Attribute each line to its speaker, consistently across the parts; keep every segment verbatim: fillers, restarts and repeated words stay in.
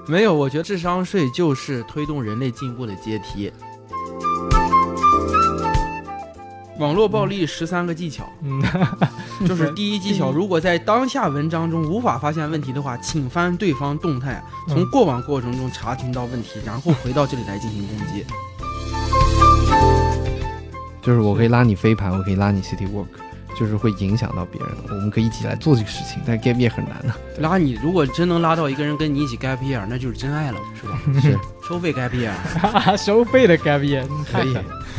Speaker 1: 没有，我觉得智商税就是推动人类进步的阶梯。网络暴力十三个技巧，嗯，就是第一技巧，如果在当下文章中无法发现问题的话，请翻对方动态，从过往过程中查询到问题，然后回到这里来进行攻击。
Speaker 2: 就是我可以拉你飞盘，我可以拉你 City Walk， 就是会影响到别人，我们可以一起来做这个事情，但 gap year 很难的。
Speaker 1: 拉你，如果真能拉到一个人跟你一起 gap year， 那就是真爱了，是吧？
Speaker 2: 是
Speaker 1: 收费 gap year，
Speaker 3: 收费的 gap year
Speaker 2: 可以。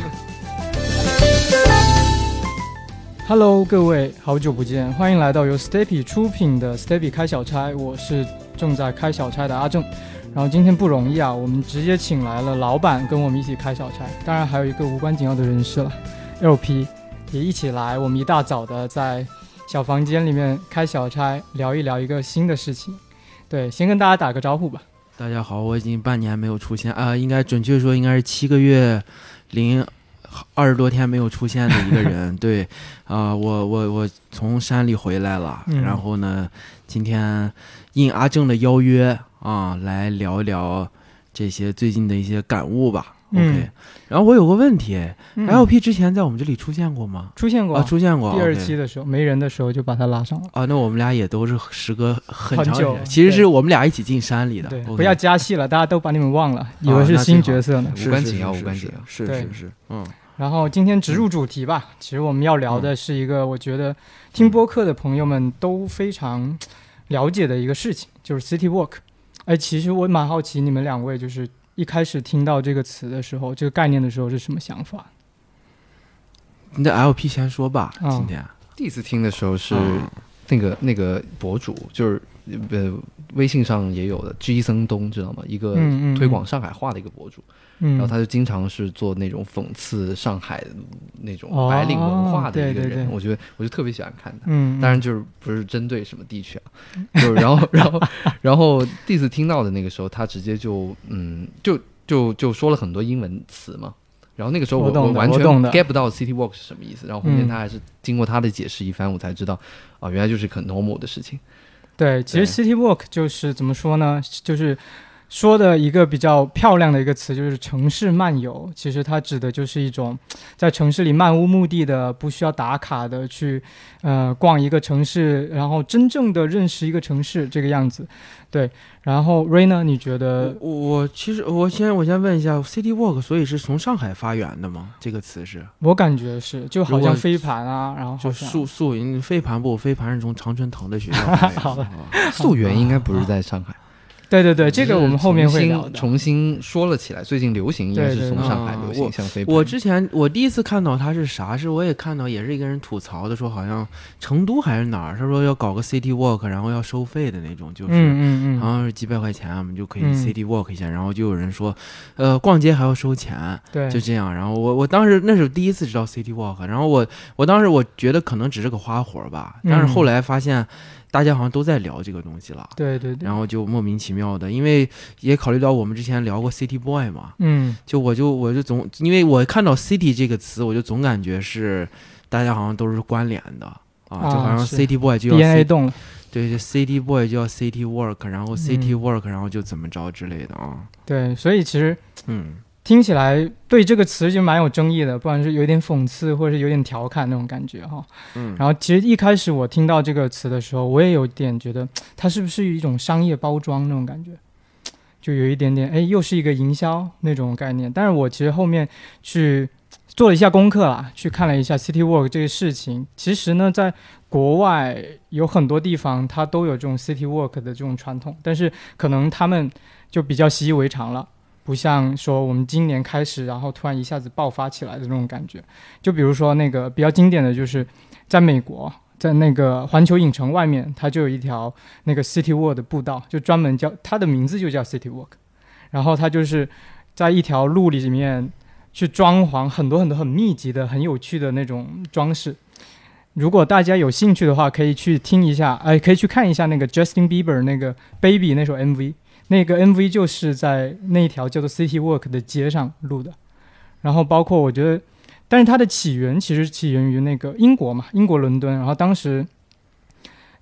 Speaker 3: Hello， 各位，好久不见，欢迎来到由 Steppy 出品的 Steppy 开小差，我是正在开小差的阿正。然后今天不容易啊，我们直接请来了老板跟我们一起开小差，当然还有一个无关紧要的人士了 ，L P 也一起来，我们一大早的在小房间里面开小差，聊一聊一个新的事情。对，先跟大家打个招呼吧。
Speaker 1: 大家好，我已经半年没有出现啊、呃，应该准确说应该是七个月零。二十多天没有出现的一个人，对，啊、呃，我我我从山里回来了，嗯、然后呢，今天应阿正的邀约啊，来聊一聊这些最近的一些感悟吧。嗯、OK， 然后我有个问题、嗯、，L P 之前在我们这里出现过吗？
Speaker 3: 出现过，
Speaker 1: 啊，出现过。
Speaker 3: 第二期的时候、okay、没人的时候就把他拉上了。
Speaker 1: 啊，那我们俩也都是时隔很长时
Speaker 3: 间，
Speaker 1: 其实是我们俩一起进山里的。
Speaker 3: 对，
Speaker 1: okay、
Speaker 3: 不要加戏了，大家都把你们忘了，以为是新角色呢。
Speaker 1: 啊、
Speaker 2: 无关紧要，无关紧要，
Speaker 1: 是是是，嗯。
Speaker 3: 然后今天直入主题吧、嗯、其实我们要聊的是一个我觉得听播客的朋友们都非常了解的一个事情，就是 City Walk。 哎，其实我蛮好奇你们两位就是一开始听到这个词的时候，这个概念的时候是什么想法？
Speaker 1: 你的 L P 先说吧、嗯、今天
Speaker 2: 第一次听的时候是那个、嗯、那个博主就是呃微信上也有的 G 森东，知道吗？一个推广上海话的一个博主，嗯、然后他就经常是做那种讽刺上海那种白领文化的一个人，哦、对对对，我觉得我就特别喜欢看他。嗯，当然就是不是针对什么地区啊，就是然后然后然后第一次听到的那个时候，他直接就嗯就就就说了很多英文词嘛。然后那个时候 我, 我, 我完全 get 不到 City Walk 是什么意思，然后后面他还是经过他的解释一番，我才知道啊，原来就是很 normal 的事情。
Speaker 3: 对，其实 City Walk 就是怎么说呢，就是说的一个比较漂亮的一个词，就是城市漫游。其实它指的就是一种在城市里漫无目的的，不需要打卡的去呃逛一个城市，然后真正的认识一个城市这个样子。对，然后 Ray 呢，你觉得？
Speaker 1: 我, 我其实我先我先问一下 City Walk， 所以是从上海发源的吗？这个词是？
Speaker 3: 我感觉是，就好像飞盘啊，然后
Speaker 1: 就溯溯源飞盘不，飞盘是从常春藤的学校来的。
Speaker 3: 好了，
Speaker 2: 溯源应该不是在上海。
Speaker 3: 对对对，这个我们后面会聊的。
Speaker 2: 重新说了起来，最近流行应该是从上海流行像飞盘。
Speaker 1: 我之前我第一次看到它是啥？是我也看到也是一个人吐槽的，说好像成都还是哪儿，他说要搞个 City Walk， 然后要收费的那种，就是
Speaker 3: 嗯嗯嗯，
Speaker 1: 好像是几百块钱我们就可以 City Walk 一下，嗯、然后就有人说，呃，逛街还要收钱，
Speaker 3: 对，
Speaker 1: 就这样。然后我我当时那是第一次知道 City Walk， 然后我我当时我觉得可能只是个花活吧，但是后来发现。嗯大家好像都在聊这个东西了，
Speaker 3: 对对对，
Speaker 1: 然后就莫名其妙的，因为也考虑到我们之前聊过 City Boy 嘛，
Speaker 3: 嗯，
Speaker 1: 就我就我就总因为我看到 City 这个词，我就总感觉是大家好像都是关联的啊，就好像 City Boy 就要
Speaker 3: D N A 动了，
Speaker 1: 对，就 City Boy 就要 City Work， 然后 City Work，、嗯、然后就怎么着之类的啊，
Speaker 3: 对，所以其实
Speaker 1: 嗯。
Speaker 3: 听起来对这个词就蛮有争议的，不管是有点讽刺或者是有点调侃那种感觉哈。嗯，然后其实一开始我听到这个词的时候，我也有点觉得它是不是一种商业包装那种感觉，就有一点点哎，又是一个营销那种概念。但是我其实后面去做了一下功课啦，去看了一下 City Walk 这个事情。其实呢，在国外有很多地方它都有这种 City Walk 的这种传统，但是可能他们就比较习以为常了。不像说我们今年开始然后突然一下子爆发起来的那种感觉。就比如说那个比较经典的就是在美国，在那个环球影城外面，它就有一条那个 City Walk 的步道，就专门叫它的名字就叫 City Walk， 然后它就是在一条路里面去装潢很多很多很密集的很有趣的那种装饰。如果大家有兴趣的话可以去听一下，哎，可以去看一下那个 Justin Bieber 那个 Baby 那首 M V，那个 M V 就是在那一条叫做 City Walk 的街上录的。然后包括我觉得，但是它的起源其实起源于那个英国嘛，英国伦敦。然后当时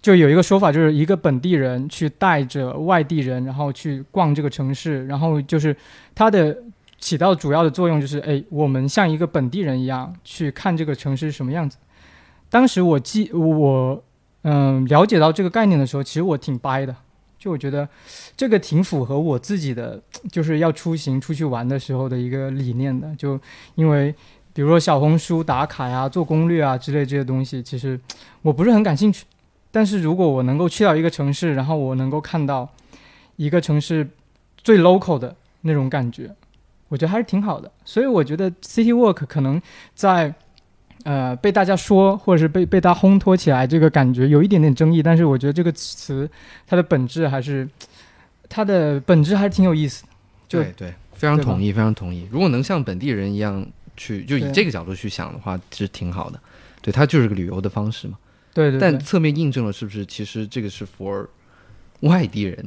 Speaker 3: 就有一个说法，就是一个本地人去带着外地人，然后去逛这个城市，然后就是它的起到主要的作用就是，哎，我们像一个本地人一样去看这个城市是什么样子。当时我记我嗯、呃、了解到这个概念的时候，其实我挺掰的，就我觉得这个挺符合我自己的，就是要出行出去玩的时候的一个理念的。就因为比如说小红书打卡呀、做攻略啊之类这些东西，其实我不是很感兴趣。但是如果我能够去到一个城市，然后我能够看到一个城市最 local 的那种感觉，我觉得还是挺好的。所以我觉得 City Walk 可能在呃被大家说或者是被被大家烘托起来，这个感觉有一点点争议，但是我觉得这个词它的本质还是它的本质还是挺有意思的。
Speaker 2: 对对，非常同意非常同意。如果能像本地人一样去就以这个角度去想的话，其实挺好的。对，它就是个旅游的方式嘛。
Speaker 3: 对对对，
Speaker 2: 但侧面印证了是不是其实这个是 for 外地人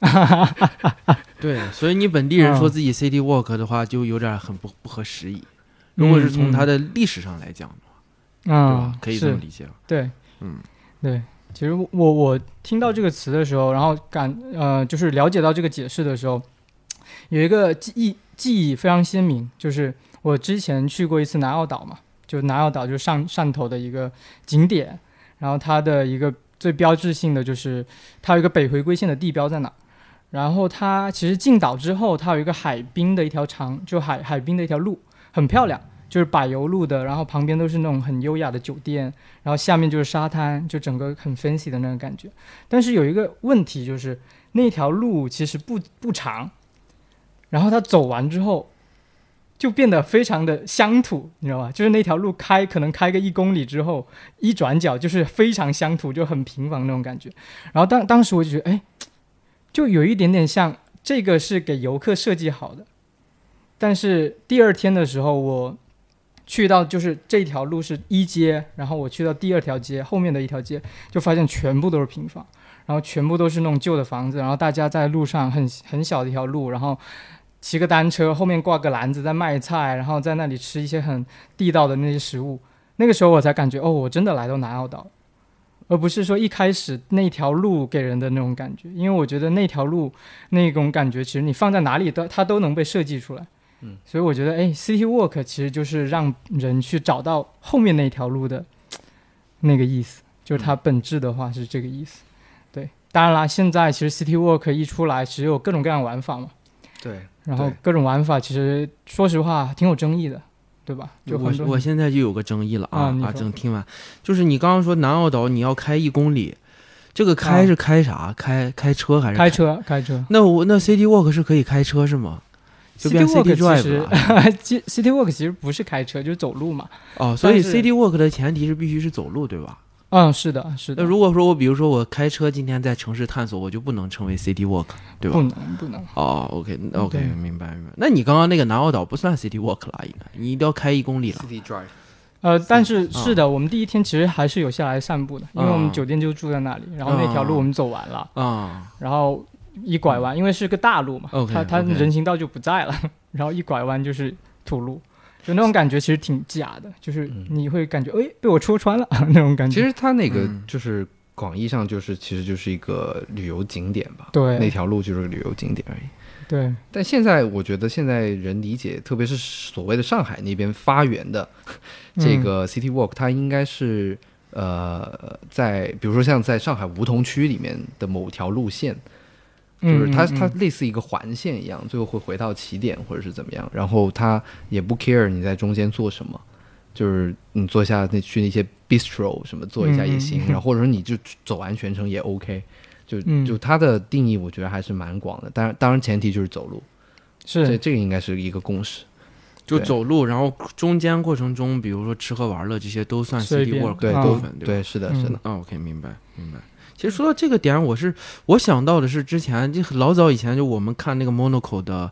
Speaker 1: 对，所以你本地人说自己 city walk 的话就有点很不不合时宜。如果是从它的历史上来讲的话，
Speaker 3: 嗯、
Speaker 1: 对吧？可以这么理解。
Speaker 3: 对，
Speaker 1: 嗯，
Speaker 3: 对。其实我我听到这个词的时候，然后感呃就是了解到这个解释的时候，有一个记忆记忆非常鲜明，就是我之前去过一次南澳岛嘛，就南澳岛就是上汕头的一个景点。然后它的一个最标志性的就是它有一个北回归线的地标在哪，然后它其实进岛之后它有一个海滨的一条长就海海滨的一条路，很漂亮，就是柏油路的，然后旁边都是那种很优雅的酒店，然后下面就是沙滩，就整个很 fancy 的那种感觉。但是有一个问题就是那条路其实不不长，然后它走完之后就变得非常的乡土，你知道吧？就是那条路开可能开个一公里之后，一转角就是非常乡土，就很平房那种感觉。然后当当时我就觉得，哎，就有一点点像这个是给游客设计好的。但是第二天的时候，我去到就是这条路是一街，然后我去到第二条街后面的一条街，就发现全部都是平房，然后全部都是那种旧的房子，然后大家在路上很很小的一条路，然后骑个单车，后面挂个篮子在卖菜，然后在那里吃一些很地道的那些食物。那个时候我才感觉，哦，我真的来到南澳岛，而不是说一开始那条路给人的那种感觉。因为我觉得那条路那种感觉，其实你放在哪里都它都能被设计出来。嗯，所以我觉得，哎 ，City Walk 其实就是让人去找到后面那条路的那个意思，就是它本质的话是这个意思。对，当然啦，现在其实 City Walk 一出来，其实有各种各样的玩法嘛。
Speaker 2: 对。
Speaker 3: 然后各种玩法其实说实话挺有争议的，对吧？就
Speaker 1: 我我现在就有个争议了啊！啊，正听完，就是你刚刚说南澳岛你要开一公里，这个开是开啥？啊、开开车还是
Speaker 3: 开车？开车。
Speaker 1: 那我那 City Walk 是可以开车是吗？就变 City Drive 了。
Speaker 3: City Walk 其实不是开车，就是走路嘛。
Speaker 1: 哦，所以 City Walk 的前提是必须是走路，对吧？
Speaker 3: 嗯，是的，是的。
Speaker 1: 那如果说我比如说我开车今天在城市探索，我就不能称为 City Walk， 对吧？
Speaker 3: 不能，不能。
Speaker 1: 哦 ，OK OK， 明白明白。那你刚刚那个南澳岛不算 City Walk 了，应该你一定要开一公里了。
Speaker 2: City Drive。
Speaker 3: 呃，但是是的、啊，我们第一天其实还是有下来散步的，因为我们酒店就住在那里，然后那条路我们走完了啊，然后一拐弯，因为是个大路嘛，
Speaker 1: okay,
Speaker 3: 它它人行道就不在了，然后一拐弯就是土路。就那种感觉其实挺假的，就是你会感觉哎、嗯、被我戳穿了那种感觉。
Speaker 2: 其实它那个就是广义上就是其实就是一个旅游景点吧，
Speaker 3: 对，
Speaker 2: 那条路就是个旅游景点而已。
Speaker 3: 对，
Speaker 2: 但现在我觉得现在人理解，特别是所谓的上海那边发源的这个 City Walk，、嗯、它应该是呃在比如说像在上海梧桐区里面的某条路线。就是它，它类似一个环线一样，最后会回到起点或者是怎么样，然后它也不 care 你在中间做什么，就是你坐下那去那些 bistro 什么做一下也行，然后或者说你就走完全程也 OK， 就就它的定义我觉得还是蛮广的，当然当然前提就是走路，
Speaker 3: 是
Speaker 2: 这这个应该是一个共识，
Speaker 1: 就走路，然后中间过程中，比如说吃喝玩乐这些都算 city walk
Speaker 2: 的
Speaker 1: 部分，
Speaker 2: 对对，是的，是的。
Speaker 1: 嗯、OK， 明白明白。其实说到这个点，我是我想到的是之前就老早以前就我们看那个 Monaco 的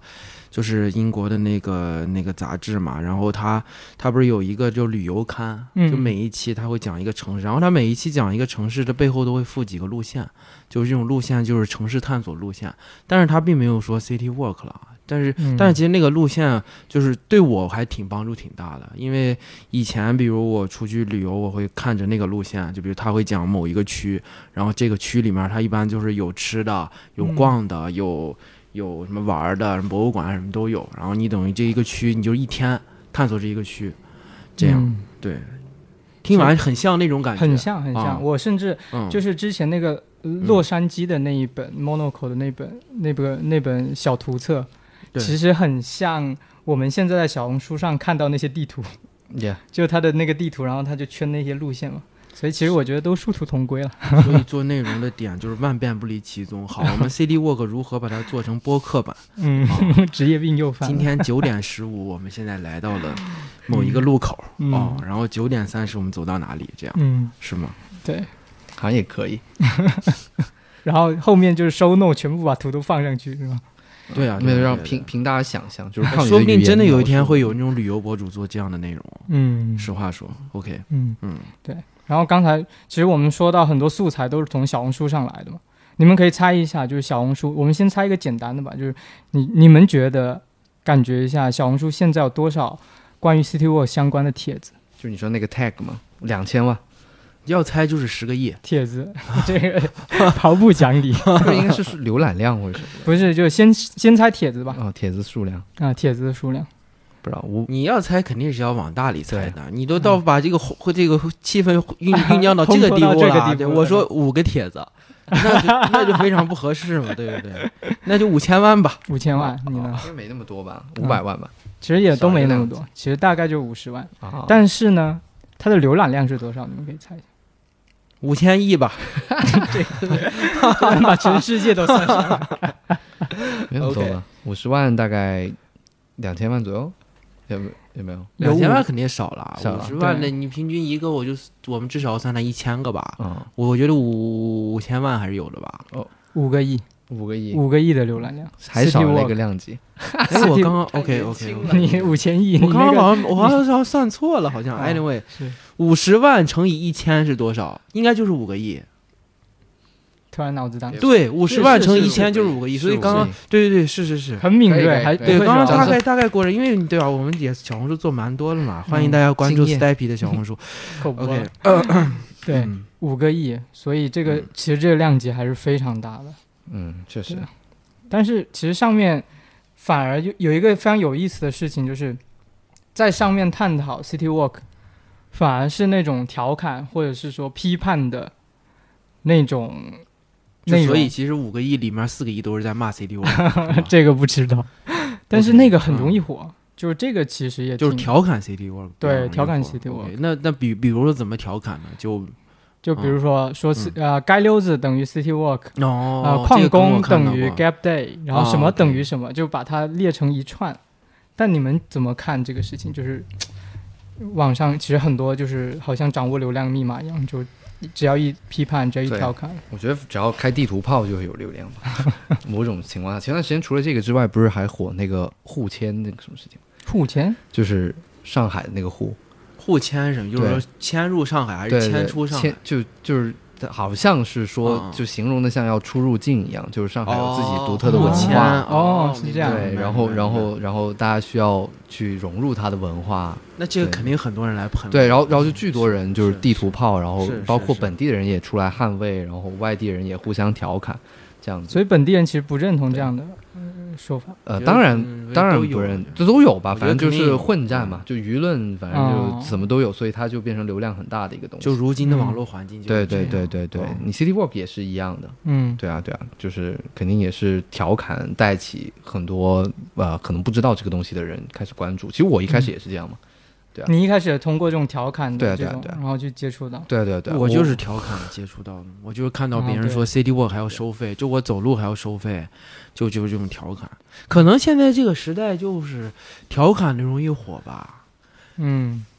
Speaker 1: 就是英国的那个那个杂志嘛，然后他他不是有一个就旅游刊，就每一期他会讲一个城市，然后他每一期讲一个城市的背后都会附几个路线，就是这种路线就是城市探索路线，但是他并没有说 City Walk 了。但是，但是其实那个路线就是对我还挺帮助挺大的，因为以前比如我出去旅游，我会看着那个路线，就比如他会讲某一个区，然后这个区里面它一般就是有吃的、有逛的、有有什么玩的、博物馆什么都有，然后你等于这一个区，你就一天探索这一个区，这样、嗯、对。听完很像那种感觉，
Speaker 3: 很像很像、嗯。我甚至就是之前那个洛杉矶的那一本、嗯、Monaco 的那本那本那本小图册。其实很像我们现在在小红书上看到那些地图
Speaker 2: yeah.
Speaker 3: 就它的那个地图，然后它就圈那些路线嘛，所以其实我觉得都殊途同归了。
Speaker 1: 所以做内容的点就是万变不离其宗。好，我们 C D Walk 如何把它做成播客版？
Speaker 3: 嗯，职、哦、业病又犯了。
Speaker 1: 今天九点十五，我们现在来到了某一个路口、嗯、哦，然后九点三十我们走到哪里？这样，嗯，是吗？
Speaker 3: 对，
Speaker 2: 好像也可以。
Speaker 3: 然后后面就是 show note 全部把图都放上去，是吧？
Speaker 1: 对啊，
Speaker 2: 没有让凭凭大家想象，就是靠你的
Speaker 1: 说不定真的有一天会有那种旅游博主做这样的内容。
Speaker 3: 嗯，
Speaker 1: 实话说 ，OK，
Speaker 3: 嗯嗯，对。然后刚才其实我们说到很多素材都是从小红书上来的嘛，你们可以猜一下，就是小红书，我们先猜一个简单的吧，就是你你们觉得感觉一下，小红书现在有多少关于 City Walk 相关的帖子？
Speaker 2: 就你说那个 tag 嘛，两千万。
Speaker 1: 要猜就是十个亿
Speaker 3: 帖子，这个毫不讲理。
Speaker 2: 这应该是浏览量或者什么？
Speaker 3: 不是，就先先猜帖子吧。
Speaker 2: 哦，帖子数量
Speaker 3: 啊，帖子的数量，
Speaker 2: 不知道。我
Speaker 1: 你要猜肯定是要往大里猜的，你都到把这个和这个气氛酝酝酿到这个地步了。对，我说五个帖子，那就那就非常不合适嘛，对不对？那就五千万吧。
Speaker 3: 五千万，你呢？
Speaker 2: 其实没那么多吧，五百万吧。
Speaker 3: 其实也都没那么多，其实大概就五十万。但是呢，它的浏览量是多少？你们可以猜一下。
Speaker 1: 五千亿吧，
Speaker 3: 这个把全世界都算上，
Speaker 2: 没有多吧？五十万大概两千万左右，有没有没有？
Speaker 1: 两千万肯定少了，五十万的你平均一个，我就我们至少算它一千个吧。嗯，我觉得五五千万还是有的吧。
Speaker 3: 哦，五个亿，
Speaker 2: 五个亿，
Speaker 3: 五个亿的浏览量，
Speaker 2: 还少了一个量级。
Speaker 1: 哎，我刚刚 OK OK，
Speaker 3: 你五千亿，
Speaker 1: 我刚刚好像我好像算错了，好像 anyway。五十万乘以一千是多少？应该就是五个亿。
Speaker 3: 突然脑子当
Speaker 1: 对，五十万乘以一千就是五个亿，所以刚刚对对对，是是是，
Speaker 3: 很敏锐，还
Speaker 1: 对，刚刚大概大概过了，因为对吧？我们也小红书做蛮多了嘛，欢迎大家关注 Steppy 的小红书。OK，
Speaker 3: 对，五个亿，所以这个其实这个量级还是非常大的。
Speaker 2: 嗯，确实。
Speaker 3: 但是其实上面反而有有一个非常有意思的事情，就是在上面探讨 City Walk。反而是那种调侃或者是说批判的那种内容，
Speaker 1: 所以其实五个亿里面四个亿都是在骂 C D Walk
Speaker 3: 这个不知道，但是那个很容易火，嗯、就是这个其实也
Speaker 1: 就是调侃 C D Walk，
Speaker 3: 对，调侃 C D Walk。
Speaker 1: 那那比比如说怎么调侃呢？就
Speaker 3: 就比如说、嗯、说呃，街溜子等于 City Walk，
Speaker 1: 哦，
Speaker 3: 呃，矿工等于 Gap Day， 然后什么等于什么，哦、就把它列成一串。但你们怎么看这个事情？就是网上其实很多就是好像掌握流量密码一样，就只要一批判，只要一调侃，
Speaker 2: 我觉得只要开地图炮就会有流量吧。某种情况下，前段时间除了这个之外，不是还火那个互签那个什么事情？
Speaker 3: 互签
Speaker 2: 就是上海的那个互
Speaker 1: 互签什么？就是说迁入上海还是迁出上海？
Speaker 2: 就就是好像是说，就形容的像要出入境一样，就是上海有自己独特的文化。
Speaker 3: 哦，是这样。
Speaker 2: 对，然后然后然后大家需要去融入它的文化。
Speaker 1: 那这个肯定很多人来喷。
Speaker 2: 对，然后然后就巨多人就是地图炮，然后包括本地的人也出来捍卫，然后外地人也互相调侃，这样子。
Speaker 3: 所以本地人其实不认同这样的说法。
Speaker 2: 呃，当然当然不认，这都有吧，反正就是混战嘛，就舆论反正就怎么都有，所以它就变成流量很大的一个东西。
Speaker 1: 就如今的网络环境，
Speaker 2: 对对对对对，你 City Walk 也是一样的，
Speaker 3: 嗯，
Speaker 2: 对啊对啊，就是肯定也是调侃带起很多呃可能不知道这个东西的人开始关注。其实我一开始也是这样嘛。对啊、
Speaker 3: 你一开始通过这种调侃的这种，
Speaker 2: 对啊对啊对啊、
Speaker 3: 然后去接触到，
Speaker 2: 对对对，
Speaker 1: 我就是调侃接触到的，我就是看到别人说 City Walk 还要收费，就我走路还要收费，就就是这种调侃。可能现在这个时代就是调侃的容易火吧，
Speaker 3: 嗯，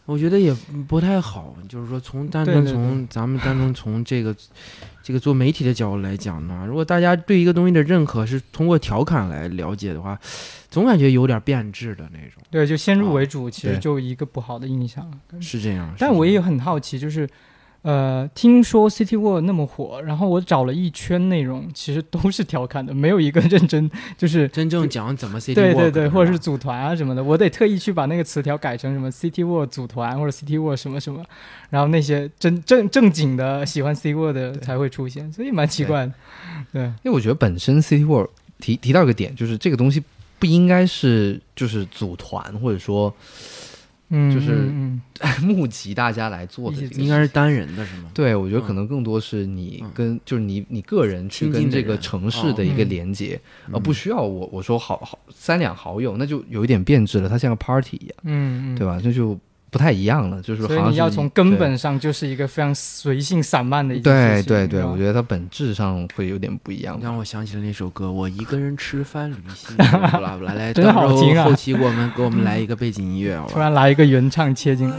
Speaker 1: 我觉得也不太好，就是说从单纯从咱们单纯从这个这个做媒体的角度来讲呢，如果大家对一个东西的认可是通过调侃来了解的话，总感觉有点变质的那种。
Speaker 3: 对，就先入为主，啊、其实就一个不好的印象。
Speaker 1: 是这样。
Speaker 3: 但我也很好奇，就是。呃，听说 City Walk 那么火，然后我找了一圈内容，其实都是调侃的，没有一个认真，就是
Speaker 1: 真正讲怎么 City Walk，
Speaker 3: 对对对，或者是组团啊什么的，我得特意去把那个词条改成什么 City Walk 组团或者 City Walk 什么什么，然后那些真正正经的喜欢 City Walk 的才会出现，所以蛮奇怪的。对，
Speaker 2: 因为我觉得本身 City Walk 提提到一个点，就是这个东西不应该是就是组团或者说。
Speaker 3: 嗯，
Speaker 2: 就是募集大家来做的，
Speaker 1: 应该是单人的是吗？
Speaker 2: 对，我觉得可能更多是你跟、嗯、就是你你个人去跟这个城市的一个连接，而、哦、不需要我我说好好三两好友，那就有一点变质了，它像个 party 一样，
Speaker 3: 嗯，
Speaker 2: 对吧？这就不太一样了，就是好像是
Speaker 3: 所以你要从根本上就是一个非常随性散漫的一件事情。
Speaker 2: 对对对，我觉得它本质上会有点不一样。
Speaker 1: 让我想起了那首歌《我一个人吃饭旅行》来来，
Speaker 3: 真好听啊！
Speaker 1: 后期给我们给我们来一个背景音乐，
Speaker 3: 突然来一个原唱切进来。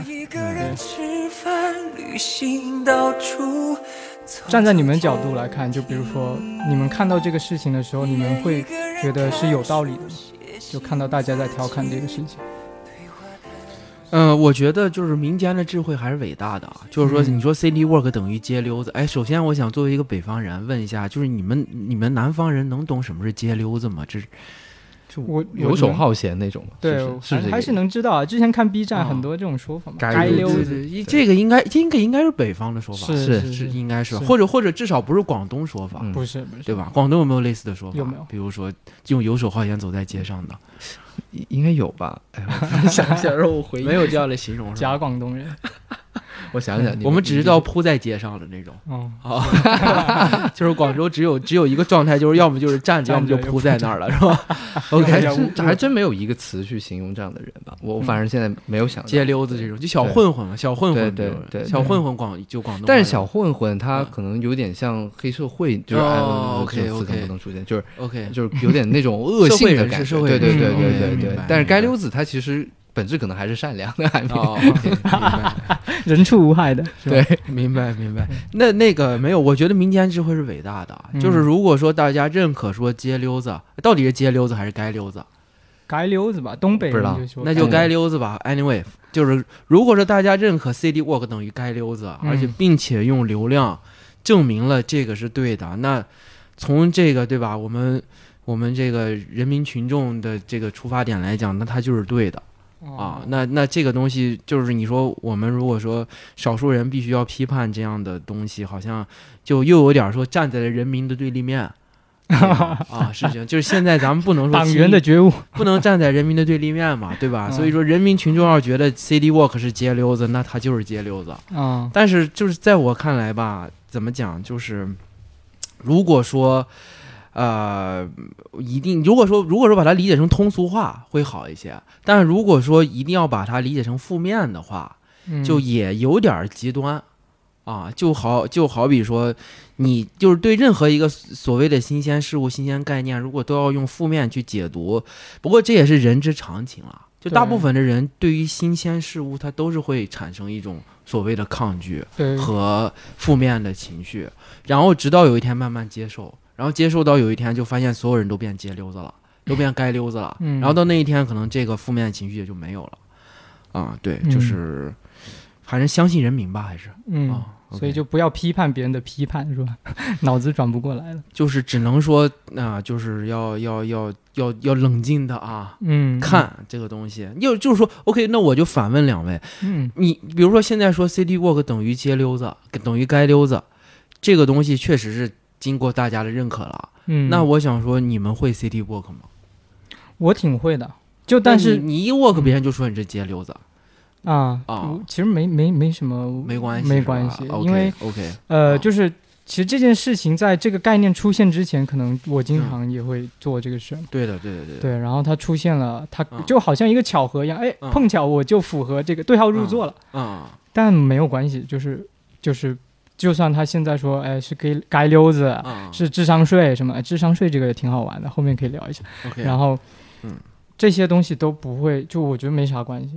Speaker 3: 站在你们角度来看，就比如说你们看到这个事情的时候，你们会觉得是有道理的吗？就看到大家在调侃这个事情。
Speaker 1: 嗯、呃，我觉得就是民间的智慧还是伟大的啊。就是说，你说 City Walk 等于街溜子，哎，首先我想作为一个北方人问一下，就是你们你们南方人能懂什么是街溜子吗？这
Speaker 2: 就我游手好闲那种吗？
Speaker 3: 对，
Speaker 2: 是是是
Speaker 3: 还是能知道啊。之前看 B 站很多这种说法嘛，街溜子，
Speaker 1: 这个应该这个应该是北方的说法，
Speaker 3: 是
Speaker 1: 是是应该是，或者或者至少不是广东说法，
Speaker 3: 不是不是，
Speaker 1: 对吧？广东有没有类似的说法？
Speaker 3: 有没有？
Speaker 1: 比如说用游手好闲走在街上的。
Speaker 2: 应该有吧？哎，我想想让我回忆，
Speaker 1: 没有这样的形容，
Speaker 3: 假广东人。
Speaker 2: 我想想，
Speaker 1: 我们只知道铺在街上的那种。
Speaker 3: 哦，
Speaker 1: 啊，就是广州只有只有一个状态，就是要么就是站着，要么就铺在那儿了，是吧 ？OK，
Speaker 2: 还真还真没有一个词去形容这样的人吧？我反正现在没有想到
Speaker 1: 街溜子这种，就小混混嘛，小混混，
Speaker 2: 对对对，
Speaker 1: 小混混广就广东。
Speaker 2: 但是小混混他可能有点像黑社会，就是
Speaker 1: 哦 ，OK
Speaker 2: OK， 不能出现，就是
Speaker 1: OK，
Speaker 2: 就是有点那种恶性的感觉，对对对对对对。但是街溜子他其实。本质可能还是善良的，还没、
Speaker 1: 哦 okay, 明白
Speaker 3: 人畜无害的，
Speaker 2: 对，
Speaker 1: 明白明白。那那个没有，我觉得民间智慧是伟大的、嗯，就是如果说大家认可说街溜子，到底是街溜子还是街溜子？
Speaker 3: 街溜子吧，东北人就说，
Speaker 1: 那就街溜子吧。Anyway， 就是如果说大家认可 City Walk 等于街溜子，而且并且用流量证明了这个是对的，那从这个对吧，我们我们这个人民群众的这个出发点来讲，那它就是对的。啊，那那这个东西就是你说我们如果说少数人必须要批判这样的东西，好像就又有点说站在了人民的对立面啊，是这样，就是现在咱们不能说
Speaker 3: 党员的觉悟，
Speaker 1: 不能站在人民的对立面嘛，对吧？嗯、所以说人民群众要觉得 City Walk 是街溜子，那他就是街溜子。
Speaker 3: 嗯，
Speaker 1: 但是就是在我看来吧，怎么讲，就是如果说。呃，一定如果说如果说把它理解成通俗话会好一些，但是如果说一定要把它理解成负面的话，
Speaker 3: 嗯、
Speaker 1: 就也有点极端啊。就好就好比说，你就是对任何一个所谓的新鲜事物、新鲜概念，如果都要用负面去解读，不过这也是人之常情了。就大部分的人对于新鲜事物，他都是会产生一种所谓的抗拒和负面的情绪，然后直到有一天慢慢接受。然后接受到有一天就发现所有人都变街溜子了，都变街溜子了、
Speaker 3: 嗯、
Speaker 1: 然后到那一天可能这个负面情绪也就没有了啊，对，就是还是相信人民吧，还是
Speaker 3: 嗯、
Speaker 1: 啊
Speaker 3: okay、所以就不要批判别人的批判是吧？脑子转不过来了，
Speaker 1: 就是只能说啊，就是要要要要要冷静的啊，
Speaker 3: 嗯，
Speaker 1: 看这个东西，又就是说 OK， 那我就反问两位，
Speaker 3: 嗯，
Speaker 1: 你比如说现在说 City Walk 等于街溜子等于街溜子，这个东西确实是经过大家的认可了，
Speaker 3: 嗯，
Speaker 1: 那我想说，你们会 City Walk 吗？
Speaker 3: 我挺会的，就但是
Speaker 1: 你一 walk，别人就说你这街溜子，
Speaker 3: 啊
Speaker 1: 啊，
Speaker 3: 其实没没没什么，
Speaker 1: 没关系，
Speaker 3: 没关系，因为
Speaker 1: OK，
Speaker 3: 呃、
Speaker 1: 啊，
Speaker 3: 就是其实这件事情在这个概念出现之前，可能我经常也会做这个事。
Speaker 1: 嗯、对的，对的，对的。
Speaker 3: 对，然后它出现了，它就好像一个巧合一样，哎、
Speaker 1: 嗯，
Speaker 3: 碰巧我就符合这个对号入座了，
Speaker 1: 嗯，
Speaker 3: 但没有关系，就是就是。就算他现在说，哎，是街街溜子、
Speaker 1: 嗯，
Speaker 3: 是智商税什么，智商税这个也挺好玩的，后面可以聊一下。
Speaker 1: Okay,
Speaker 3: 然后，
Speaker 1: 嗯，
Speaker 3: 这些东西都不会，就我觉得没啥关系。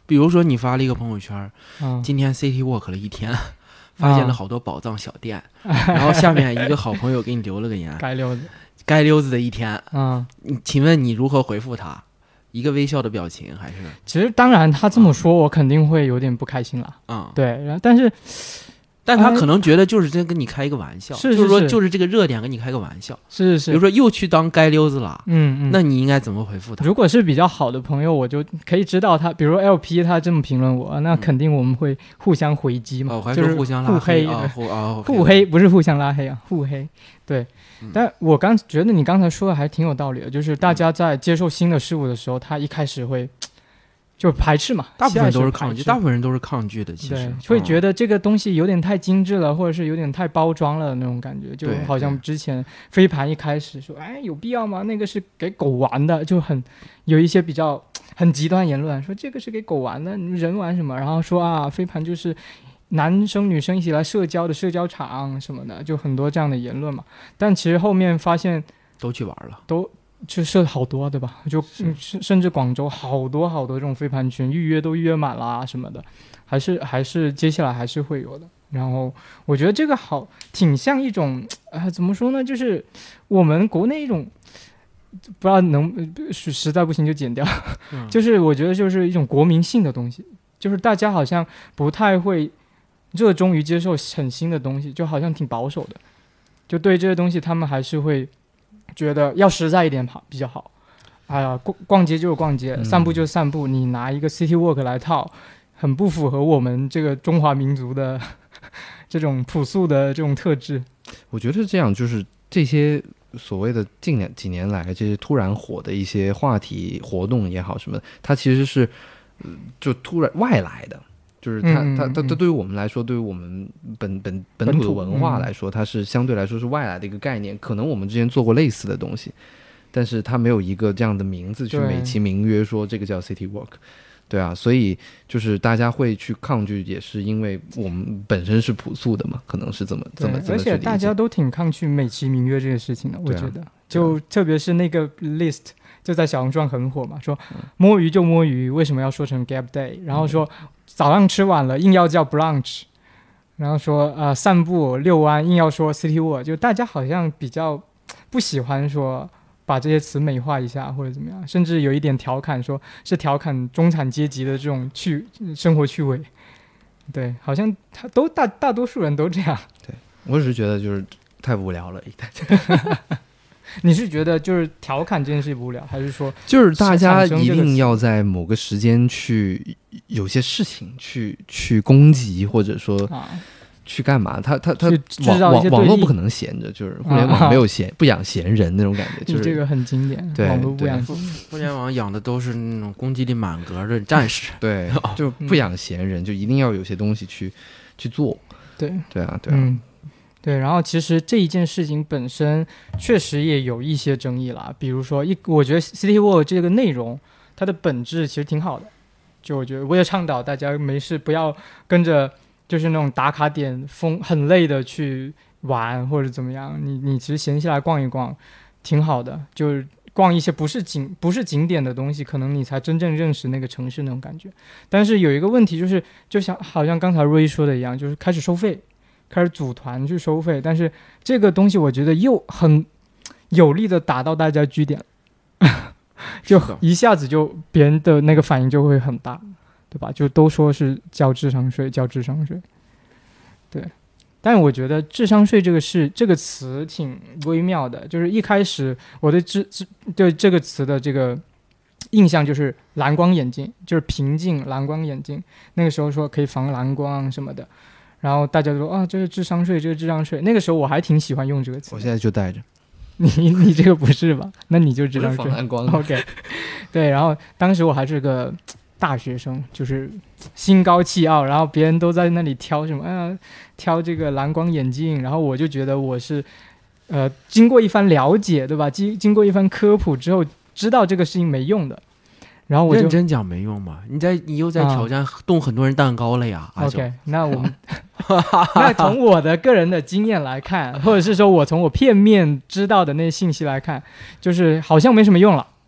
Speaker 1: 比如说你发了一个朋友圈，
Speaker 3: 嗯、
Speaker 1: 今天 City Walk 了一天，发现了好多宝藏小店，嗯、然后下面一个好朋友给你留了个言，
Speaker 3: 该溜子，
Speaker 1: 该溜子的一天，
Speaker 3: 嗯，
Speaker 1: 请问你如何回复他？一个微笑的表情还是？
Speaker 3: 其实当然他这么说，我肯定会有点不开心了。
Speaker 1: 嗯，
Speaker 3: 对，但是。
Speaker 1: 但他可能觉得就是真跟你开一个玩笑，
Speaker 3: 是是是
Speaker 1: 就是说就是这个热点跟你开个玩笑，
Speaker 3: 是是是。
Speaker 1: 比如说又去当街溜子了，
Speaker 3: 嗯嗯，
Speaker 1: 那你应该怎么回复他？
Speaker 3: 如果是比较好的朋友，我就可以知道他，比如 L P 他这么评论我，那肯定我们会互相回击嘛，
Speaker 1: 哦、还
Speaker 3: 就是
Speaker 1: 互相拉
Speaker 3: 黑
Speaker 1: 啊，互啊
Speaker 3: 互黑不是互相拉黑啊，互黑。对，嗯、但我刚觉得你刚才说的还挺有道理的，就是大家在接受新的事物的时候，他一开始会。就排斥嘛，
Speaker 1: 大部分都是抗拒，大部分人都是抗拒的。其实
Speaker 3: 对，会觉得这个东西有点太精致了，或者是有点太包装了那种感觉，就好像之前飞盘一开始说，哎，有必要吗？那个是给狗玩的，就很有一些比较很极端言论，说这个是给狗玩的，人玩什么？然后说啊，飞盘就是男生女生一起来社交的社交场什么的，就很多这样的言论嘛。但其实后面发现
Speaker 1: 都去玩了，
Speaker 3: 都。就设好多对吧？就甚至广州好多好多这种飞盘群预约都预约满了啊什么的，还是还是接下来还是会有的。然后我觉得这个好挺像一种呃怎么说呢，就是我们国内一种不知道能实在不行就剪掉，嗯、就是我觉得就是一种国民性的东西，就是大家好像不太会热衷于接受很新的东西，就好像挺保守的，就对这些东西他们还是会。觉得要实在一点好比较好，哎呀，逛逛街就是逛街，散步就是散步，你拿一个 City Walk 来套，很不符合我们这个中华民族的这种朴素的这种特质。
Speaker 2: 我觉得是这样，就是这些所谓的近两几年来这些突然火的一些话题活动也好什么的，它其实是、呃、就突然外来的。就是它，
Speaker 3: 嗯、
Speaker 2: 它，它，它对于我们来说，对于我们本本本土的文化来说，它是相对来说是外来的一个概念。可能我们之前做过类似的东西，但是它没有一个这样的名字去美其名曰说这个叫 City Walk， 对啊，所以就是大家会去抗拒，也是因为我们本身是朴素的嘛，可能是这么这么这么。
Speaker 3: 而且大家都挺抗拒美其名曰这个事情的，我觉得，啊、就特别是那个 list。就在小红书上很火嘛，说摸鱼就摸鱼，为什么要说成 gap day？ 然后说早上吃晚了硬要叫 brunch， 然后说呃散步遛弯硬要说 city walk， 就大家好像比较不喜欢说把这些词美化一下或者怎么样，甚至有一点调侃，说是调侃中产阶级的这种趣生活趣味。对，好像他都大大多数人都这样。
Speaker 2: 对，我只是觉得就是太无聊了，一代。
Speaker 3: 你是觉得就是调侃这件事无聊，还是说
Speaker 2: 就是大家一定要在某个时间去有些事情去去攻击，或者说去干嘛？他他他网网网络不可能闲着，就是互联网没有闲、啊、不养闲人那种感觉。就是
Speaker 3: 这个很经典，
Speaker 2: 对，
Speaker 3: 网络不养闲。
Speaker 1: 互联网养的都是那种攻击力满格的战士，
Speaker 2: 对，就不养闲人，就一定要有些东西去去做。
Speaker 3: 对
Speaker 2: 对啊，对啊。
Speaker 3: 嗯对，然后其实这一件事情本身确实也有一些争议啦，比如说一，我觉得 City Walk 这个内容它的本质其实挺好的，就我觉得我也倡导大家没事不要跟着就是那种打卡点疯很累的去玩或者怎么样，你你其实闲下来逛一逛挺好的，就是逛一些不是景不是景点的东西，可能你才真正认识那个城市那种感觉。但是有一个问题就是，就像好像刚才瑞说的一样，就是开始收费。开始组团去收费，但是这个东西我觉得又很有力的打到大家据点，就一下子就别人的那个反应就会很大，对吧？就都说是交智商税，交智商税，对。但我觉得智商税这个是这个词挺微妙的，就是一开始我对智智对这个词的这个印象就是蓝光眼镜，就是平镜蓝光眼镜，那个时候说可以防蓝光什么的。然后大家都说啊，这是智商税，这是智商税。那个时候我还挺喜欢用这个词。
Speaker 2: 我现在就带着。
Speaker 3: 你你这个不是吧？那你就智商税。
Speaker 2: 防蓝光。
Speaker 3: OK。对，然后当时我还是个大学生，就是心高气傲，然后别人都在那里挑什么，啊，挑这个蓝光眼镜，然后我就觉得我是，呃，经过一番了解，对吧？经经过一番科普之后，知道这个事情没用的。然后我就
Speaker 1: 认真讲没用嘛，你在你又在挑战动很多人蛋糕了呀。
Speaker 3: 啊、OK， 那我们那从我的个人的经验来看，或者是说我从我片面知道的那些信息来看，就是好像没什么用了。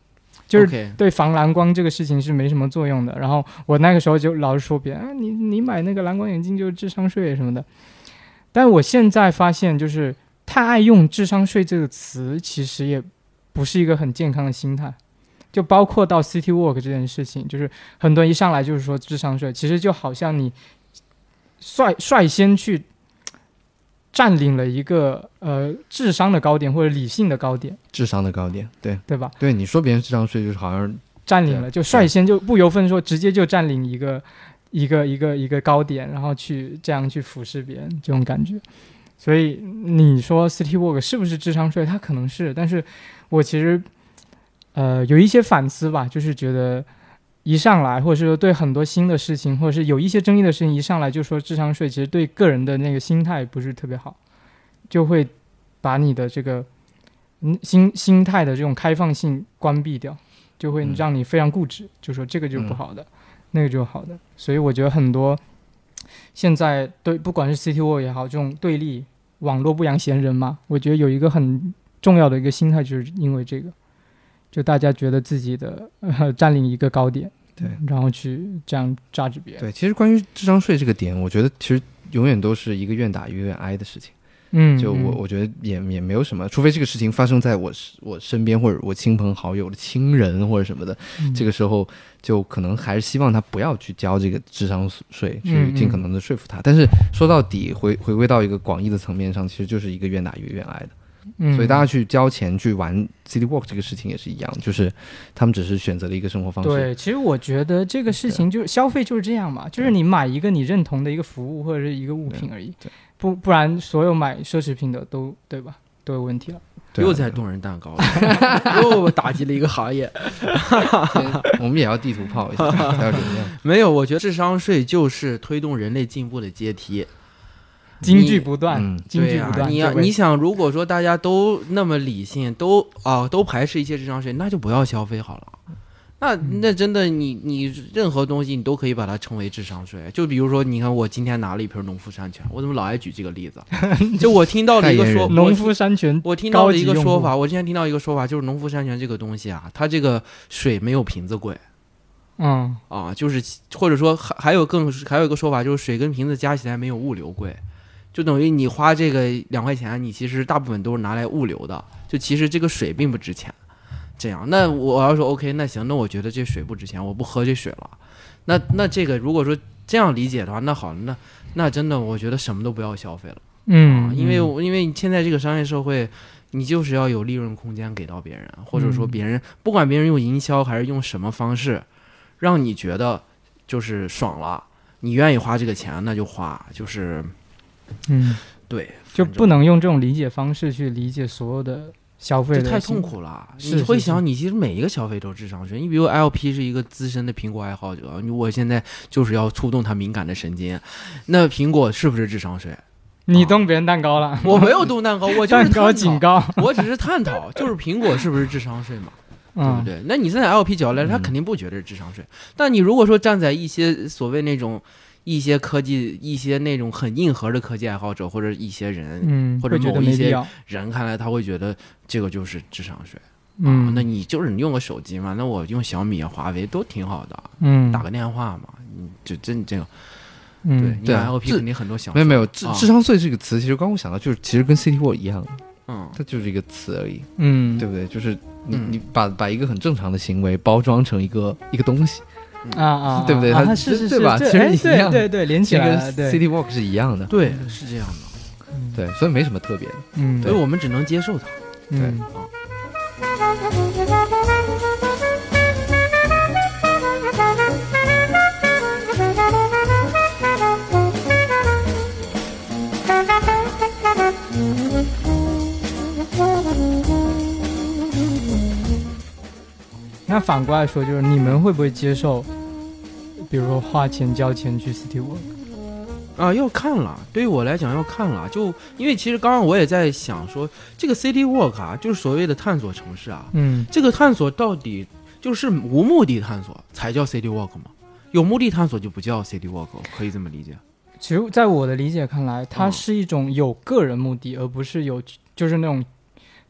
Speaker 3: 就是对防蓝光这个事情是没什么作用的。然后我那个时候就老是说别人、啊、你你买那个蓝光眼镜就是智商税什么的。但我现在发现，就是太爱用智商税这个词，其实也不是一个很健康的心态。就包括到 City Walk 这件事情，就是很多人一上来就是说智商税，其实就好像你率率先去占领了一个呃智商的高点或者理性的高点，
Speaker 2: 智商的高点，对
Speaker 3: 对吧？
Speaker 2: 对，你说别人智商税就是好像
Speaker 3: 占领了，就率先就不由分说，直接就占领一个一个一个一个高点，然后去这样去俯视别人这种感觉。所以你说 City Walk 是不是智商税？它可能是，但是我其实呃有一些反思吧，就是觉得一上来，或者是说对很多新的事情，或者是有一些争议的事情，一上来就说智商税，其实对个人的那个心态不是特别好，就会把你的这个心心态的这种开放性关闭掉，就会让你非常固执，嗯、就说这个就是不好的，嗯、那个就是好的。所以我觉得很多现在对不管是 City Walk 也好，这种对立，网络不养闲人嘛，我觉得有一个很重要的一个心态，就是因为这个，就大家觉得自己的、呃、占领一个高点。对，然后去这样榨制别人。
Speaker 2: 对，其实关于智商税这个点，我觉得其实永远都是一个愿打一个愿挨的事情。
Speaker 3: 嗯，
Speaker 2: 就我我觉得也也没有什么，除非这个事情发生在我我身边或者我亲朋好友的亲人或者什么的，嗯、这个时候就可能还是希望他不要去交这个智商税，去尽可能的说服他。嗯嗯但是说到底，回回归到一个广义的层面上，其实就是一个愿打一个愿挨的。嗯、所以大家去交钱去玩 City Walk 这个事情也是一样，就是他们只是选择了一个生活方式。
Speaker 3: 对，其实我觉得这个事情就是消费就是这样嘛，就是你买一个你认同的一个服务或者是一个物品而已，不不然所有买奢侈品的都对吧都有问题了。
Speaker 1: 又在动人蛋糕了，又打击了一个行业。
Speaker 2: 我们也要地图炮一下，还要怎么样？
Speaker 1: 没有，我觉得智商税就是推动人类进步的阶梯。
Speaker 3: 金句不断，
Speaker 2: 嗯、
Speaker 3: 金句不断。
Speaker 1: 啊、你呀、啊，你想，如果说大家都那么理性，都啊都排斥一切智商税，那就不要消费好了。那那真的你，你你任何东西你都可以把它称为智商税。就比如说，你看我今天拿了一瓶农夫山泉，我怎么老爱举这个例子？就我听到的一个说，
Speaker 3: 农夫山泉，
Speaker 1: 我听到的一个说法，我之前听到一个说法，就是农夫山泉这个东西啊，它这个水没有瓶子贵。
Speaker 3: 嗯
Speaker 1: 啊，就是或者说还还有更还有一个说法，就是水跟瓶子加起来没有物流贵。就等于你花这个两块钱，你其实大部分都是拿来物流的，就其实这个水并不值钱。这样，那我要说 OK， 那行，那我觉得这水不值钱，我不喝这水了。那那这个如果说这样理解的话，那好，那那真的我觉得什么都不要消费了。
Speaker 3: 嗯，
Speaker 1: 啊、因为因为现在这个商业社会，你就是要有利润空间给到别人，或者说别人、嗯、不管别人用营销还是用什么方式，让你觉得就是爽了，你愿意花这个钱那就花，就是。
Speaker 3: 嗯，
Speaker 1: 对，
Speaker 3: 就不能用这种理解方式去理解所有的消费的，
Speaker 1: 这太痛苦了。你会想，你其实每一个消费都是智商税。你比如 L P 是一个资深的苹果爱好者，我现在就是要触动他敏感的神经，那苹果是不是智商税？
Speaker 3: 你动别人蛋糕了？啊、
Speaker 1: 我没有动蛋糕，我就是
Speaker 3: 蛋糕警告，
Speaker 1: 我只是探讨，就是苹果是不是智商税嘛？对不对？那你站在 L P 角度来，他肯定不觉得是智商税。嗯、但你如果说站在一些所谓那种。一些科技，一些那种很硬核的科技爱好者，或者一些人，
Speaker 3: 嗯，
Speaker 1: 或者某一些人看来，他会觉得这个就是智商税。
Speaker 3: 嗯、
Speaker 1: 啊，那你就是你用个手机嘛，那我用小米、华为都挺好的，
Speaker 3: 嗯，
Speaker 1: 打个电话嘛，你就真这个，
Speaker 3: 嗯，
Speaker 1: 对，你 L P 肯定很多想法。
Speaker 2: 没有没有，智智商税这个词，其实刚刚我想到，就是其实跟 City Walk 一样，
Speaker 1: 嗯，
Speaker 2: 它就是一个词而已，
Speaker 3: 嗯，
Speaker 2: 对不对？就是你、嗯、你把把一个很正常的行为包装成一个一个东西。
Speaker 3: 啊啊，
Speaker 2: 对不对？
Speaker 3: 它、
Speaker 2: 啊、
Speaker 3: 是是
Speaker 2: 对吧？其实一样，
Speaker 3: 对对对，连起来了，
Speaker 2: 跟 City Walk 是一样的，
Speaker 1: 对，是这样的，
Speaker 3: 嗯、
Speaker 2: 对，所以没什么特别的，
Speaker 3: 嗯，
Speaker 1: 所以我们只能接受它，
Speaker 3: 对
Speaker 1: 啊。
Speaker 3: 那反过来说，就是你们会不会接受，比如说花钱交钱去 City Walk？
Speaker 1: 啊，要看了。对于我来讲，要看了。就因为其实刚刚我也在想说，这个 City Walk 啊，就是所谓的探索城市啊。
Speaker 3: 嗯，
Speaker 1: 这个探索到底就是无目的探索才叫 City Walk 吗？有目的探索就不叫 City Walk， 可以这么理解？
Speaker 3: 其实，在我的理解看来，它是一种有个人目的，嗯、而不是有就是那种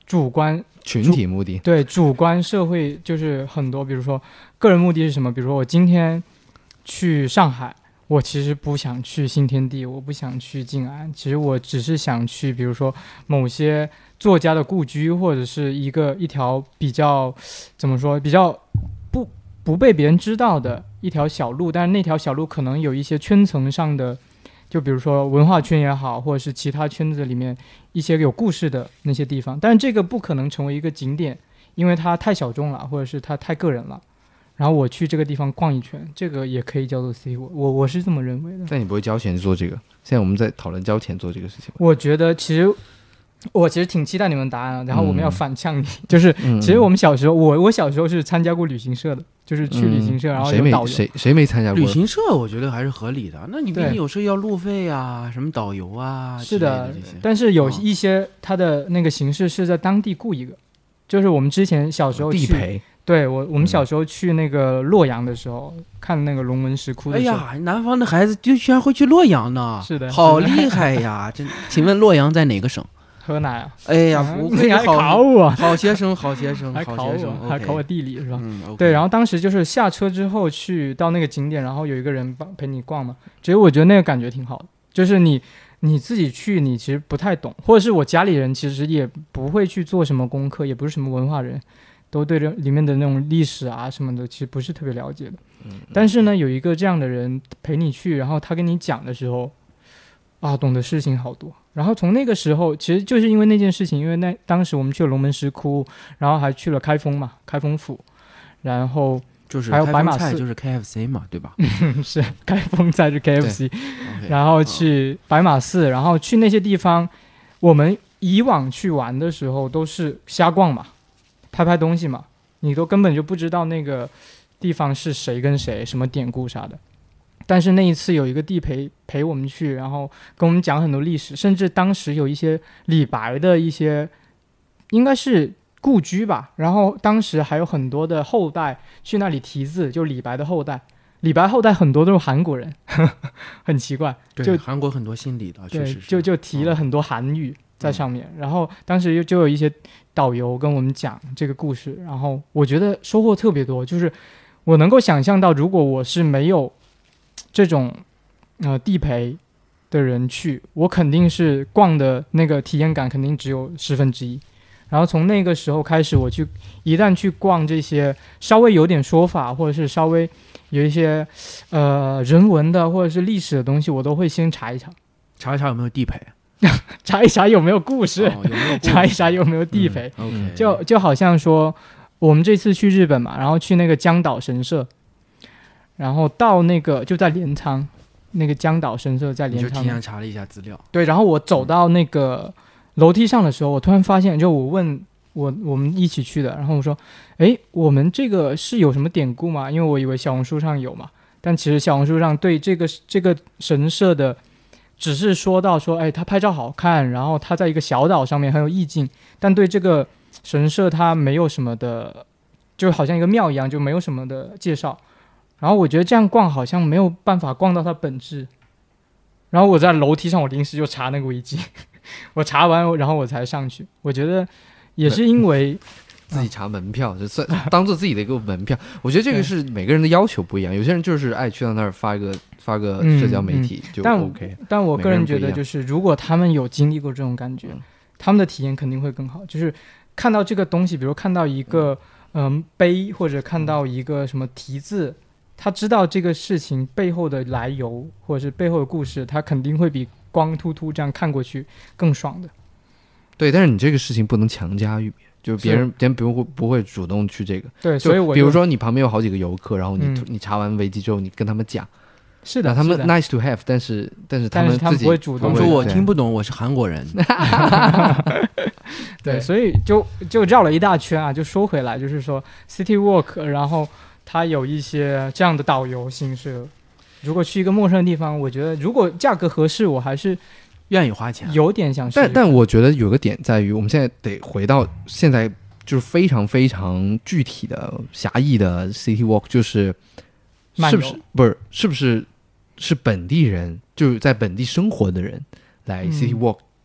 Speaker 3: 主观
Speaker 2: 群体目的，
Speaker 3: 对主观社会就是很多，比如说个人目的是什么？比如说我今天去上海，我其实不想去新天地，我不想去静安，其实我只是想去，比如说某些作家的故居，或者是一个一条比较怎么说，比较不不被别人知道的一条小路，但是那条小路可能有一些圈层上的。就比如说文化圈也好，或者是其他圈子里面一些有故事的那些地方，但是这个不可能成为一个景点，因为它太小众了，或者是它太个人了。然后我去这个地方逛一圈，这个也可以叫做 city walk， 我我是这么认为的。
Speaker 2: 但你不会交钱做这个？现在我们在讨论交钱做这个事情。
Speaker 3: 我觉得其实我其实挺期待你们答案的，然后我们要反呛你，嗯、就是其实我们小时候，我我小时候是参加过旅行社的，就是去旅行社，嗯、然后有导游。
Speaker 2: 谁没谁谁没参加过
Speaker 1: 旅行社？我觉得还是合理的。那你毕竟有时候要路费啊，什么导游啊，
Speaker 3: 是的。
Speaker 1: 的
Speaker 3: 但是有一些它的那个形式是在当地雇一个，就是我们之前小时候去
Speaker 2: 地陪。
Speaker 3: 对我，我们小时候去那个洛阳的时候，嗯、看那个龙门石窟的时候，
Speaker 1: 哎呀，南方的孩子就居然会去洛阳呢，
Speaker 3: 是的，
Speaker 1: 好厉害呀！真，请问洛阳在哪个省？
Speaker 3: 河南啊！
Speaker 1: 哎呀，不会
Speaker 3: 还考我，
Speaker 1: 好学生，好学生，
Speaker 3: 还考
Speaker 1: 我，
Speaker 3: 还考我地理是吧？
Speaker 1: 嗯， okay、
Speaker 3: 对。然后当时就是下车之后去到那个景点，然后有一个人帮陪你逛嘛。其实我觉得那个感觉挺好的，就是你你自己去，你其实不太懂，或者是我家里人其实也不会去做什么功课，也不是什么文化人，都对这里面的那种历史啊什么的，其实不是特别了解的。
Speaker 2: 嗯。
Speaker 3: 但是呢，有一个这样的人陪你去，然后他跟你讲的时候，啊，懂的事情好多。然后从那个时候，其实就是因为那件事情，因为那当时我们去了龙门石窟，然后还去了开封嘛，开封府，然后
Speaker 1: 就是
Speaker 3: 还有白马寺，
Speaker 1: 就是 K F C 嘛，对吧？
Speaker 3: 是开封菜是 K F C， 然后去白马寺，然后去那些地方，我们以往去玩的时候都是瞎逛嘛，拍拍东西嘛，你都根本就不知道那个地方是谁跟谁，什么典故啥的。但是那一次有一个地陪陪我们去，然后跟我们讲很多历史，甚至当时有一些李白的一些应该是故居吧，然后当时还有很多的后代去那里题字，就李白的后代，李白后代很多都是韩国人，呵呵很奇怪，就
Speaker 1: 韩国很多姓李的，确实是，
Speaker 3: 就就提了很多韩语在上面，嗯、然后当时就有一些导游跟我们讲这个故事，然后我觉得收获特别多，就是我能够想象到，如果我是没有这种呃地陪的人去，我肯定是逛的那个体验感肯定只有十分之一。然后从那个时候开始，我去一旦去逛这些稍微有点说法，或者是稍微有一些呃人文的或者是历史的东西，我都会先查一查，
Speaker 1: 查一查有没有地陪，
Speaker 3: 查一查有没有故事，
Speaker 1: 哦、有没有
Speaker 3: 查一查有没有地陪。
Speaker 1: 嗯 okay、
Speaker 3: 就就好像说我们这次去日本嘛，然后去那个江岛神社。然后到那个就在镰仓，那个江岛神社在镰仓。
Speaker 1: 你就提前查了一下资料。
Speaker 3: 对，然后我走到那个楼梯上的时候，我突然发现，就我问我我们一起去的，然后我说，哎，我们这个是有什么典故吗？因为我以为小红书上有嘛，但其实小红书上对这个这个神社的，只是说到说，哎，它拍照好看，然后它在一个小岛上面很有意境，但对这个神社它没有什么的，就好像一个庙一样，就没有什么的介绍。然后我觉得这样逛好像没有办法逛到它本质，然后我在楼梯上我临时就查那个维基，我查完然后我才上去。我觉得也是因为
Speaker 2: 自己查门票，就算当做自己的一个门票。我觉得这个是每个人的要求不一样，有些人就是爱去到那儿发一个发个社交媒体就 OK、嗯嗯、
Speaker 3: 但我个人觉得就是如果他们有经历过这种感觉、嗯、他们的体验肯定会更好，就是看到这个东西，比如看到一个嗯碑，或者看到一个什么题字，他知道这个事情背后的来由或者是背后的故事，他肯定会比光秃秃这样看过去更爽的。
Speaker 2: 对，但是你这个事情不能强加于别人，就是别人别人不会不会主动去这个。
Speaker 3: 对，所以我
Speaker 2: 比如说你旁边有好几个游客，然后你、嗯、你查完维基之后，你跟他们讲，
Speaker 3: 是的，
Speaker 2: 他们 nice to have， 但是但是他们自己
Speaker 3: 但是他们不会主动
Speaker 1: 说我听不懂，我是韩国人。
Speaker 3: 对，所以就就绕了一大圈啊，就说回来，就是说 City Walk， 然后它有一些这样的导游形式。如果去一个陌生的地方，我觉得如果价格合适，我还是
Speaker 1: 愿意花钱，
Speaker 3: 有点想试试。
Speaker 2: 但但我觉得有个点在于，我们现在得回到现在就是非常非常具体的狭义的 City Walk， 就是是不是不是是不是是本地人，就是在本地生活的人来 City Walk、嗯、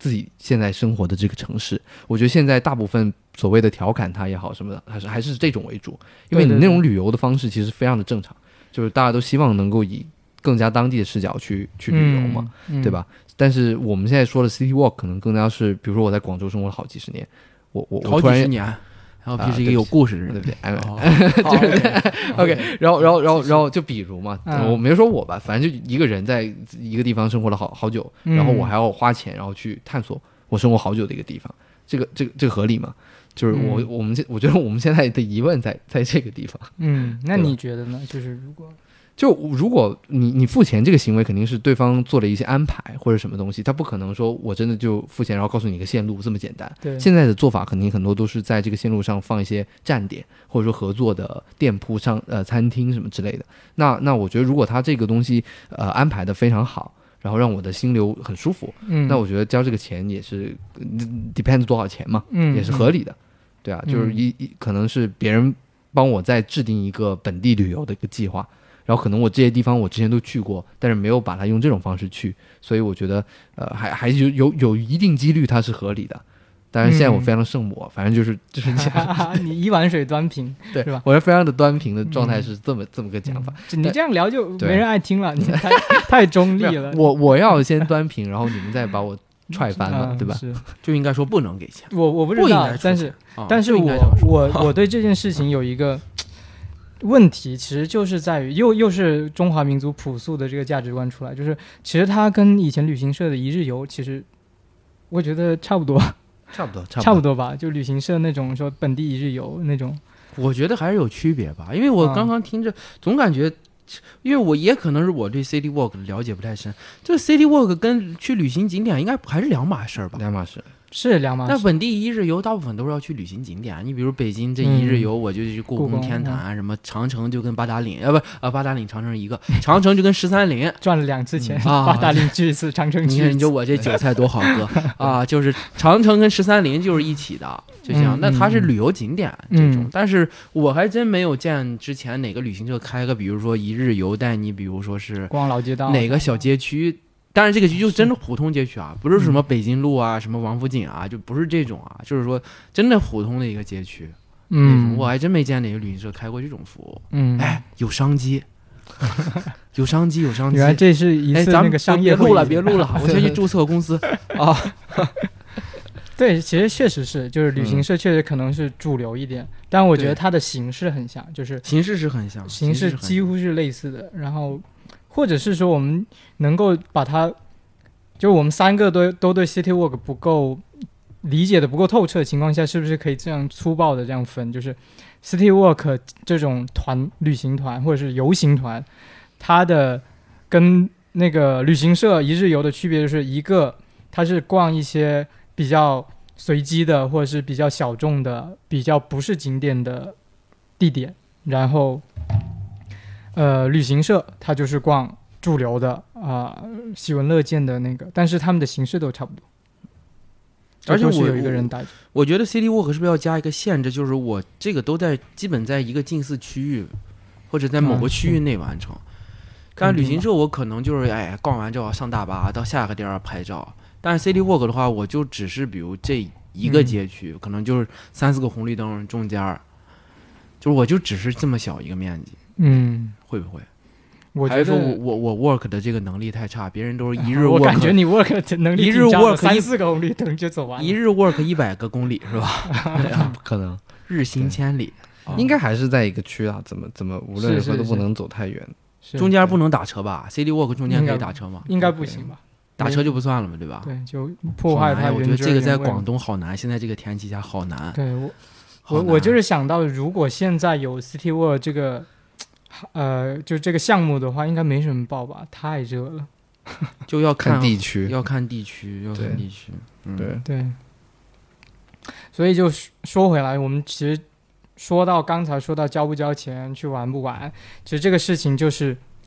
Speaker 2: 自己现在生活的这个城市。我觉得现在大部分所谓的调侃它也好什么的，还是还是这种为主，因为你那种旅游的方式其实非常的正常，就是大家都希望能够以更加当地的视角去去旅游嘛、嗯嗯、对吧？但是我们现在说的 City Walk 可能更加是，比如说我在广州生活了好几十年，我我我突然
Speaker 1: 好几十年，然后必是一个有故事的人，
Speaker 2: 对不对？哎，对不对 ？OK， 然后然后然后然后就比如嘛，我没说我吧，反正就一个人在一个地方生活了好好久，然后我还要花钱，然后去探索我生活好久的一个地方，这个这个这个合理吗？就是我、嗯、我们现我觉得我们现在的疑问在在这个地方。
Speaker 3: 嗯，那你觉得呢？就是如果。
Speaker 2: 就如果你你付钱这个行为肯定是对方做了一些安排或者什么东西，他不可能说我真的就付钱然后告诉你一个线路这么简单。
Speaker 3: 对，
Speaker 2: 现在的做法肯定很多都是在这个线路上放一些站点，或者说合作的店铺上呃餐厅什么之类的。那那我觉得如果他这个东西呃安排的非常好，然后让我的心流很舒服，嗯，那我觉得交这个钱也是 depends 多少钱嘛，嗯，也是合理的，对啊，就是一、嗯、可能是别人帮我再制定一个本地旅游的一个计划。然后可能我这些地方我之前都去过，但是没有把它用这种方式去，所以我觉得呃还还有有有一定几率它是合理的。当然现在我非常的圣母、嗯、反正就是就是这样
Speaker 3: 你一碗水端平，
Speaker 2: 对，
Speaker 3: 是吧？
Speaker 2: 我是非常的端平的状态是这么、嗯、这么个讲法、
Speaker 3: 嗯、你这样聊就没人爱听了，你太太中立了。
Speaker 2: 我我要先端平，然后你们再把我踹翻了、嗯、对吧？
Speaker 1: 是，就应该说不能给钱。
Speaker 3: 我我不知道，但是、哦、但是我我我对这件事情有一个问题，其实就是在于又又是中华民族朴素的这个价值观出来，就是其实它跟以前旅行社的一日游，其实我觉得差不多，
Speaker 2: 差不多，
Speaker 3: 差不多，差不多吧。就旅行社那种说本地一日游那种，
Speaker 1: 我觉得还是有区别吧。因为我刚刚听着，啊、总感觉，因为我也可能是我对 City Walk 的了解不太深，这 City Walk 跟去旅行景点应该还是两码事吧？
Speaker 2: 两码事。
Speaker 3: 是两码事。
Speaker 1: 那本地一日游大部分都是要去旅行景点，你比如北京这一日游，我就去故宫、天坛、嗯、什么长城就跟八达岭，呃不呃八达岭长城一个，长城就跟十三陵
Speaker 3: 赚了两次钱，嗯啊、八达岭去一次，长城去一次。
Speaker 1: 你看，你就我这韭菜多好割啊！就是长城跟十三陵就是一起的，就这样。嗯、那它是旅游景点、嗯、这种，但是我还真没有见之前哪个旅行社开个，比如说一日游带你，比如说是
Speaker 3: 逛老街道
Speaker 1: 哪个小街区。当然这个就真的普通街区啊，不是什么北京路啊、嗯、什么王府井啊，就不是这种啊，就是说真的普通的一个街区。嗯，我还真没见哪个旅行社开过这种服务。嗯，哎，有商机，有商机，有商机。
Speaker 3: 原来这是一次那个商业
Speaker 1: 会议。别录了，别录了，我先去注册公司啊。
Speaker 3: 对，其实确实是，就是旅行社确实可能是主流一点，嗯、但我觉得它的形式很像，就是
Speaker 1: 形式是很像，
Speaker 3: 形式几乎是类似的，然后。或者是说我们能够把它，就我们三个都都对 City Walk 不够理解的不够透彻的情况下，是不是可以这样粗暴的这样分？就是 City Walk 这种团旅行团或者是游行团，它的跟那个旅行社一日游的区别就是一个它是逛一些比较随机的或者是比较小众的比较不是景点的地点，然后呃，旅行社它就是逛主流的啊、呃，喜闻乐见的那个，但是他们的形式都差不多。
Speaker 1: 而且我
Speaker 3: 有一个人带着。
Speaker 1: 我觉得 City Walk 是不是要加一个限制，就是我这个都在基本在一个近似区域，或者在某个区域内完成。嗯、但旅行社我可能就是哎逛完之后上大巴到下个地儿拍照，但是 City Walk 的话，我就只是比如这一个街区，嗯、可能就是三四个红绿灯中间，就是我就只是这么小一个面积。
Speaker 3: 嗯，
Speaker 1: 会不会？
Speaker 3: 我觉得
Speaker 1: 还是说我我我 work 的这个能力太差，别人都是一日 work，
Speaker 3: 我感觉你 work 的能力
Speaker 1: 一日 work
Speaker 3: 三四个红绿灯就走完了，
Speaker 1: 一日 work 一百个公里是吧？
Speaker 2: 不可能，
Speaker 1: 日行千里，
Speaker 2: 应该还是在一个区啊，怎么怎么无论如何都不能走太远，
Speaker 1: 中间不能打车吧 ？City Walk 中间可以打车吗？
Speaker 3: 应该不行吧？
Speaker 1: 打车就不算了嘛，对吧？
Speaker 3: 对，就破坏它。
Speaker 1: 我觉得这个在广东好难，现在这个天气下好难。
Speaker 3: 对我，我我就是想到，如果现在有 City Walk 这个。呃，就这个项目的话，应该没什么报吧？太热了，
Speaker 1: 就要看
Speaker 2: 地区，
Speaker 1: 要看地区，要看地区。
Speaker 2: 嗯、对
Speaker 3: 对。所以就说回来，我们其实说到刚才说到交不交钱，去玩不玩，其实这个事情就是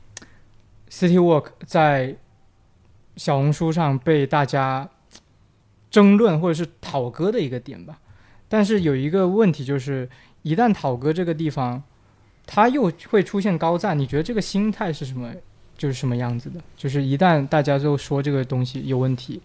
Speaker 3: City Walk 在小红书上被大家争论或者是讨歌的一个点吧。但是有一个问题就是，一旦讨歌这个地方。它又会出现高赞，你觉得这个心态是什么？就是什么样子的？就是一旦大家都说这个东西有问题，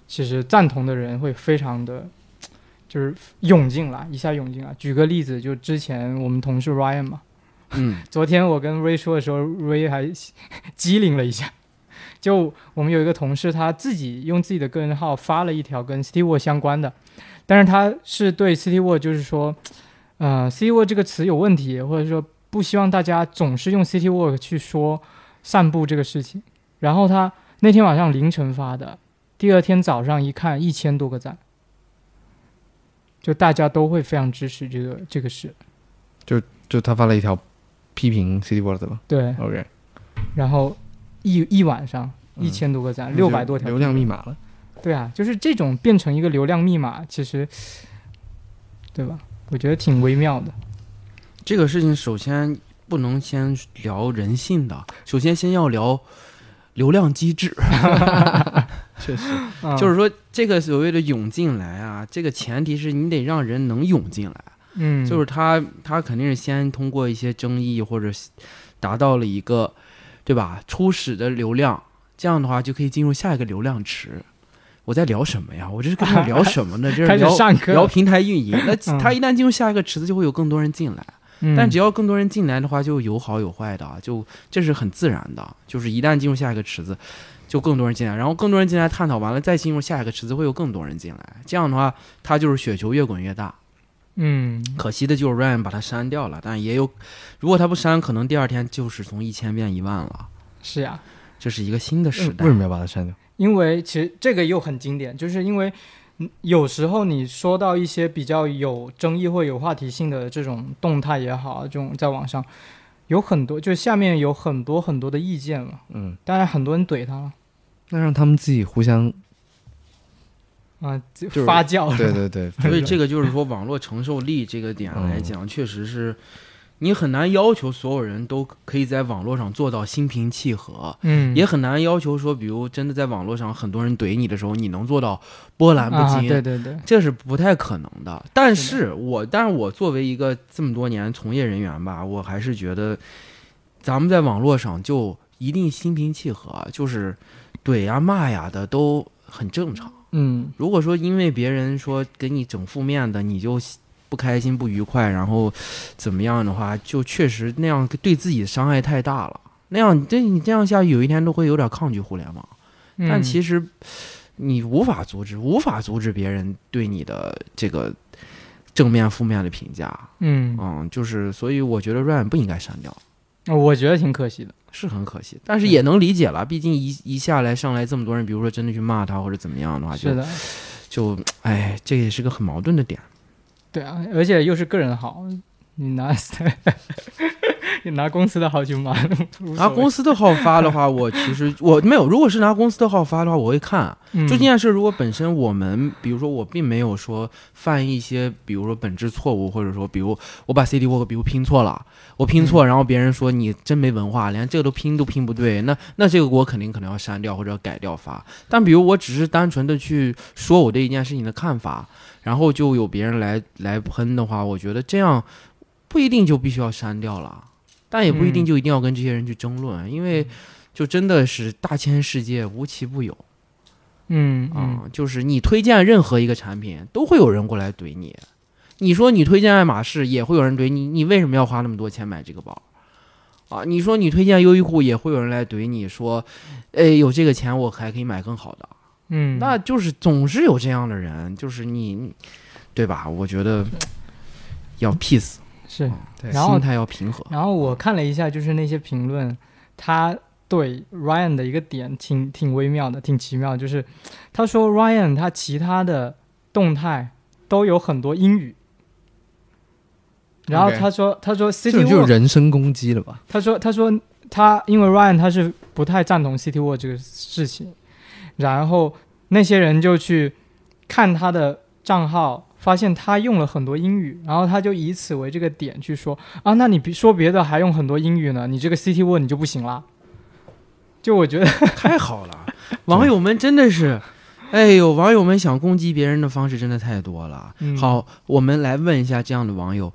Speaker 3: 其实赞同的人会非常的就是涌进来，一下涌进来。举个例子，就之前我们同事 Ryan 嘛，
Speaker 1: 嗯，
Speaker 3: 昨天我跟 Ray 说的时候 ，Ray 还机灵了一下。就我们有一个同事，他自己用自己的个人号发了一条跟 City Walk 相关的，但是他是对 City Walk 就是说，呃 ，City Walk 这个词有问题，或者说不希望大家总是用 City Walk 去说散步这个事情。然后他那天晚上凌晨发的，第二天早上一看一千多个赞，就大家都会非常支持这个这个事。
Speaker 2: 就就他发了一条批评 City Walk 的吧？
Speaker 3: 对
Speaker 2: ，OK。
Speaker 3: 然后一一晚上一千多个赞，六百、嗯、多条
Speaker 2: 流量密码了。
Speaker 3: 对啊，就是这种变成一个流量密码，其实，对吧？我觉得挺微妙的。
Speaker 1: 这个事情首先不能先聊人性的，首先先要聊流量机制。
Speaker 2: 确实，
Speaker 1: 就是说这个所谓的涌进来啊，这个前提是你得让人能涌进来。
Speaker 3: 嗯，
Speaker 1: 就是他他肯定是先通过一些争议或者达到了一个，对吧？初始的流量，这样的话就可以进入下一个流量池。我在聊什么呀？我这是跟他聊什么呢？这是聊聊平台运营。那他一旦进入下一个池子，就会有更多人进来。嗯、但只要更多人进来的话，就有好有坏的，就这是很自然的。就是一旦进入下一个池子，就更多人进来，然后更多人进来探讨完了，再进入下一个池子，会有更多人进来。这样的话，它就是雪球越滚越大。
Speaker 3: 嗯，
Speaker 1: 可惜的就是 Ryan 把它删掉了，但也有，如果他不删，可能第二天就是从一千变一万了。
Speaker 3: 是呀，
Speaker 1: 这是一个新的时代。
Speaker 2: 为什么要把它删掉？
Speaker 3: 因为其实这个又很经典，就是因为有时候你说到一些比较有争议或有话题性的这种动态也好，这种在网上有很多，就下面有很多很多的意见嘛，
Speaker 2: 嗯，
Speaker 3: 当然很多人怼他了，
Speaker 2: 那让他们自己互相
Speaker 3: 啊、呃、发酵，
Speaker 2: 对对对，
Speaker 1: 所以这个就是说网络承受力这个点来讲，嗯、确实是。你很难要求所有人都可以在网络上做到心平气和，
Speaker 3: 嗯，
Speaker 1: 也很难要求说，比如真的在网络上很多人怼你的时候，你能做到波澜不惊，
Speaker 3: 啊、对对对，
Speaker 1: 这是不太可能的。但是我，但是我作为一个这么多年从业人员吧，我还是觉得，咱们在网络上就一定心平气和，就是怼呀骂呀的都很正常。
Speaker 3: 嗯，
Speaker 1: 如果说因为别人说给你整负面的，你就不开心不愉快，然后怎么样的话，就确实那样对自己的伤害太大了。那样这你这样下去，有一天都会有点抗拒互联网。
Speaker 3: 嗯、
Speaker 1: 但其实你无法阻止，无法阻止别人对你的这个正面负面的评价。
Speaker 3: 嗯
Speaker 1: 嗯，就是所以我觉得 Ryan 不应该删掉。
Speaker 3: 我觉得挺可惜的，
Speaker 1: 是很可惜，但是也能理解了。毕竟一一下来上来这么多人，比如说真的去骂他或者怎么样的话，就是
Speaker 3: 的，
Speaker 1: 就哎，这也是个很矛盾的点。
Speaker 3: 对啊，而且又是个人号，你拿你拿公司的号去骂，
Speaker 1: 拿公司的号发的话，我其实我没有。如果是拿公司的号发的话，我会看。
Speaker 3: 嗯、
Speaker 1: 就这件事，如果本身我们，比如说我并没有说犯一些，比如说本质错误，或者说，比如我把 City Walk 比如拼错了，我拼错，然后别人说你真没文化，连这个都拼都拼不对，那那这个我肯定可能要删掉或者改掉发。但比如我只是单纯的去说我对一件事情的看法，然后就有别人来来喷的话，我觉得这样不一定就必须要删掉了。但也不一定就一定要跟这些人去争论，嗯、因为就真的是大千世界无奇不有，
Speaker 3: 嗯
Speaker 1: 啊、嗯，就是你推荐任何一个产品，都会有人过来怼你。你说你推荐爱马仕，也会有人怼你，你为什么要花那么多钱买这个包？啊，你说你推荐优衣库，也会有人来怼你说，哎，有这个钱我还可以买更好的。
Speaker 3: 嗯，
Speaker 1: 那就是总是有这样的人，就是你，对吧？我觉得要 peace。
Speaker 3: 是，
Speaker 1: 然后心态要平和。
Speaker 3: 然后我看了一下，就是那些评论，他对 Ryan 的一个点挺挺微妙的，挺奇妙，就是他说 Ryan 他其他的动态都有很多英语，然后他说、okay. 他说 City Walk
Speaker 2: 这就人身攻击了吧？
Speaker 3: 他说他说他因为 Ryan 他是不太赞同 City Walk 这个事情，然后那些人就去看他的账号。发现他用了很多英语，然后他就以此为这个点去说啊，那你说别的还用很多英语呢，你这个 City Walk 你就不行啦。就我觉得
Speaker 1: 太好了，网友们真的是，哎呦，网友们想攻击别人的方式真的太多了。
Speaker 3: 嗯、
Speaker 1: 好，我们来问一下这样的网友，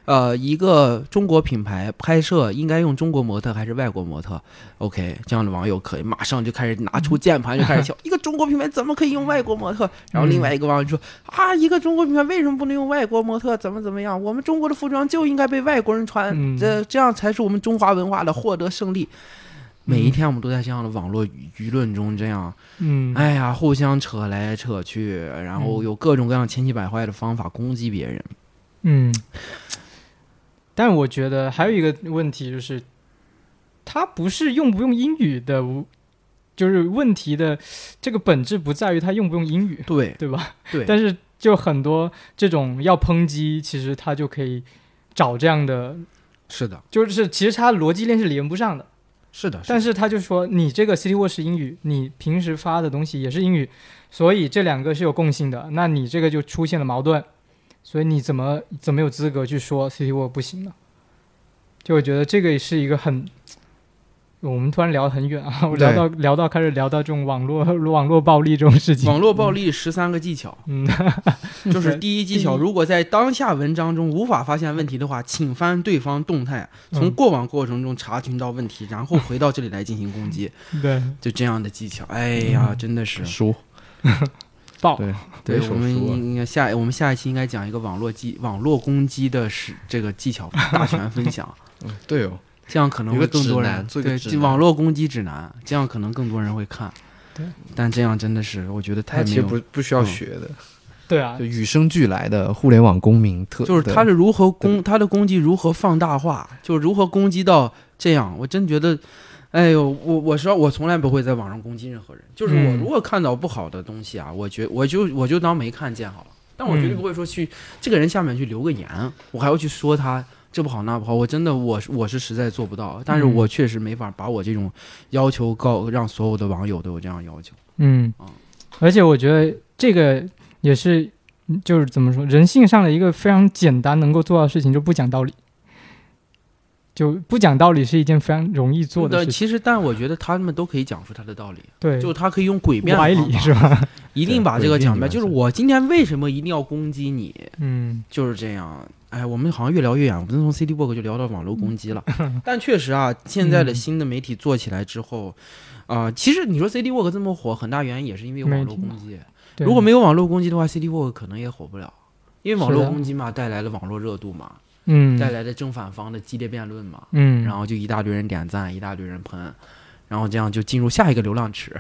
Speaker 1: 呃，一个中国品牌拍摄应该用中国模特还是外国模特 ？OK， 这样的网友可以马上就开始拿出键盘就开始笑，一个中国品牌怎么可以用外国模特？然后另外一个网友就说、嗯、啊，一个中国品牌为什么不能用外国模特？怎么怎么样？我们中国的服装就应该被外国人穿，嗯、这这样才是我们中华文化的获得胜利。每一天我们都在这样的网络舆论中这样，嗯，哎呀，互相扯来扯去，然后有各种各样千奇百怪的方法攻击别人，
Speaker 3: 嗯。但我觉得还有一个问题就是，它不是用不用英语的，就是问题的这个本质不在于它用不用英语，
Speaker 1: 对
Speaker 3: 对吧？
Speaker 1: 对。
Speaker 3: 但是就很多这种要抨击，其实它就可以找这样的，
Speaker 1: 是的，
Speaker 3: 就是其实它逻辑链是连不上的。
Speaker 1: 是的，是的，
Speaker 3: 但是他就说你这个 City Walk 是英语，你平时发的东西也是英语，所以这两个是有共性的，那你这个就出现了矛盾，所以你怎么怎么有资格去说 City Walk 不行呢？就我觉得这个是一个很，我们突然聊得很远啊，我聊到聊到开始聊到这种网络网络暴力这种事情。
Speaker 1: 网络暴力十三个技巧，嗯，就是第一技巧，如果在当下文章中无法发现问题的话，请翻对方动态，从过往过程中查询到问题，然后回到这里来进行攻击。对，就这样的技巧。哎呀，真的是
Speaker 2: 输
Speaker 3: 爆。
Speaker 2: 对，
Speaker 1: 对，我们应该下我们下一期应该讲一个网络技网络攻击的是这个技巧大全分享。
Speaker 2: 嗯，对哦。
Speaker 1: 这样可能会更多人对网络攻击指南，这样可能更多人会看。
Speaker 3: 对，
Speaker 1: 但这样真的是我觉得太没有，
Speaker 2: 其实不不需要学的。
Speaker 3: 嗯、对啊，
Speaker 2: 就与生俱来的互联网公民特，
Speaker 1: 就是他是如何攻他的攻击如何放大化，就是如何攻击到这样。我真觉得，哎呦，我我说我从来不会在网上攻击任何人，就是我如果看到不好的东西啊，我觉我就我就当没看见好了。但我绝对不会说去、嗯、这个人下面去留个言，我还要去说他。这不好那不好，我真的我我是实在做不到，但是我确实没法把我这种要求告让所有的网友都有这样要求。
Speaker 3: 嗯，嗯而且我觉得这个也是就是怎么说，人性上的一个非常简单能够做到的事情，就不讲道理。就不讲道理是一件非常容易做的事情。
Speaker 1: 其实，但我觉得他们都可以讲出他的道理。
Speaker 3: 对，
Speaker 1: 就他可以用诡辩
Speaker 3: 歪理是吧？
Speaker 1: 一定把这个讲白。就是我今天为什么一定要攻击你？
Speaker 3: 嗯，
Speaker 1: 就是这样。哎，我们好像越聊越远，我们从 City Walk 就聊到网络攻击了。嗯、但确实啊，现在的新的媒体做起来之后，啊、呃，其实你说 City Walk 这么火，很大原因也是因为有网络攻击。如果没有网络攻击的话 ，City Walk 可能也火不了，因为网络攻击嘛，带来了网络热度嘛。
Speaker 3: 嗯，
Speaker 1: 带来的正反方的激烈辩论嘛，
Speaker 3: 嗯，
Speaker 1: 然后就一大堆人点赞，一大堆人喷，然后这样就进入下一个流量池，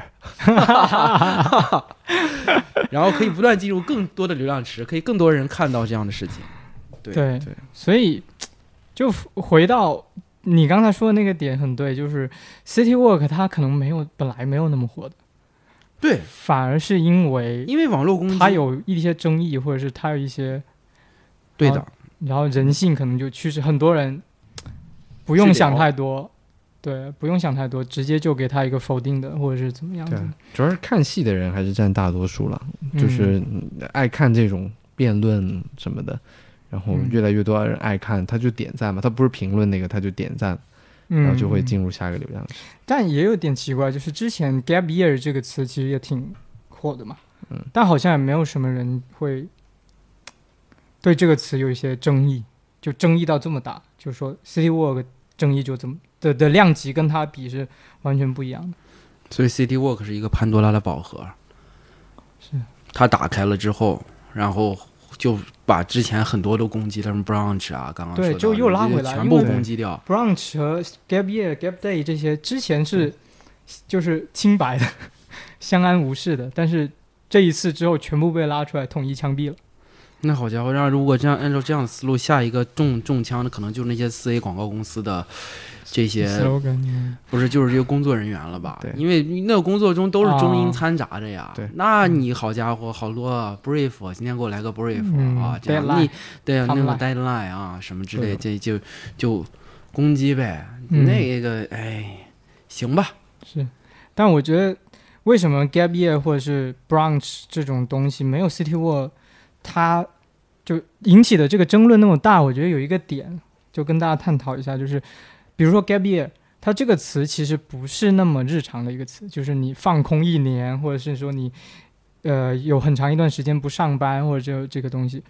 Speaker 1: 然后可以不断进入更多的流量池，可以更多人看到这样的事情。对
Speaker 3: 对,
Speaker 1: 对，
Speaker 3: 所以就回到你刚才说的那个点很对，就是 City Walk 它可能没有本来没有那么火的，
Speaker 1: 对，
Speaker 3: 反而是因为
Speaker 1: 因为网络攻击
Speaker 3: 它有一些争议，或者是它有一些
Speaker 1: 对的。
Speaker 3: 然后人性可能就驱使很多人不用想太多，对，不用想太多，直接就给他一个否定的，或者是怎么样的。
Speaker 2: 主要是看戏的人还是占大多数了，嗯、就是爱看这种辩论什么的，然后越来越多人爱看，他就点赞嘛，他不是评论那个，他就点赞，
Speaker 3: 嗯、
Speaker 2: 然后就会进入下一个流量池。
Speaker 3: 但也有点奇怪，就是之前 gap year 这个词其实也挺火的嘛，嗯，但好像也没有什么人会对这个词有一些争议，就争议到这么大，就是说 City Walk 争议就这么 的, 的量级跟它比是完全不一样的。
Speaker 1: 所以 City Walk 是一个潘多拉的宝盒，
Speaker 3: 是
Speaker 1: 它打开了之后，然后就把之前很多都攻击了，什么 brunch 啊，刚刚说的
Speaker 3: 对，就又拉回来，
Speaker 1: 全部攻击掉。
Speaker 3: brunch 和 gap year gap day 这些之前是就是清白的相安无事的，但是这一次之后全部被拉出来统一枪毙了。
Speaker 1: 那好家伙，让如果这样按照这样的思路，下一个中中枪的可能就是那些四 A 广告公司的这些，不是就是这些工作人员了吧？
Speaker 2: 对，
Speaker 1: 因为那个工作中都是中英掺杂着呀。
Speaker 2: 对、哦，
Speaker 1: 那你好家伙，好多 brief， 今天给我来个 brief、
Speaker 3: 嗯、
Speaker 1: 啊，这样你对那个 deadline 啊什么之类，这就就攻击呗。
Speaker 3: 嗯、
Speaker 1: 那个哎，行吧。
Speaker 3: 是，但我觉得为什么 gap year 或者是 brunch 这种东西没有 City Walk？它就引起的这个争论那么大，我觉得有一个点就跟大家探讨一下，就是比如说 gap year， 它这个词其实不是那么日常的一个词，就是你放空一年，或者是说你呃有很长一段时间不上班，或者这这个东西，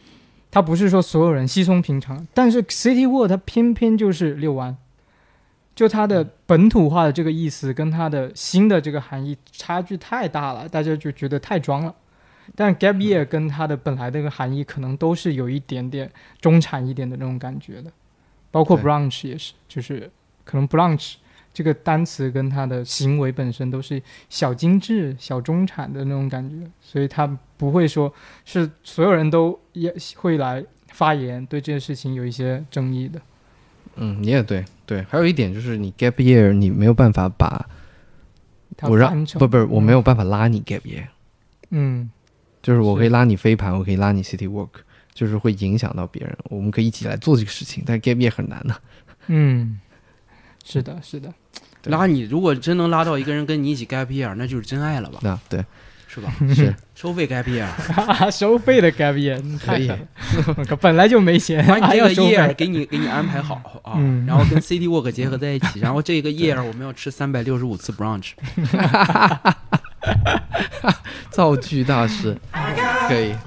Speaker 3: 它不是说所有人稀松平常，但是 City Walk 它偏偏就是遛弯，就它的本土化的这个意思跟它的新的这个含义差距太大了，大家就觉得太装了。但 Gap Year 跟它的本来的这个含义可能都是有一点点中产一点的那种感觉的，包括 brunch 也是，就是可能 brunch 这个单词跟它的行为本身都是小精致小中产的那种感觉，所以它不会说是所有人都也会来发言对这件事情有一些争议的。
Speaker 2: 嗯，你也对对，还有一点就是你 gap year 你没有办法把我让不不我没有办法拉你 gap year，
Speaker 3: 嗯，
Speaker 2: 就是我可以拉你飞盘，我可以拉你 city walk， 就是会影响到别人，我们可以一起来做这个事情，但 gap year 很难的。
Speaker 3: 嗯，是的是的，
Speaker 1: 拉你如果真能拉到一个人跟你一起 gap year， 那就是真爱了吧？
Speaker 2: 啊，对，
Speaker 1: 是吧？
Speaker 2: 是
Speaker 1: 收费 gap year，
Speaker 3: 收费的 gap year
Speaker 2: 可以，
Speaker 3: 本来就没钱，
Speaker 1: 把你这个 year 给你给你安排好啊，
Speaker 3: 嗯、
Speaker 1: 然后跟 city walk 结合在一起，然后这个 year 我们要吃三百六十五次 brunch，
Speaker 2: 造句大师，可以。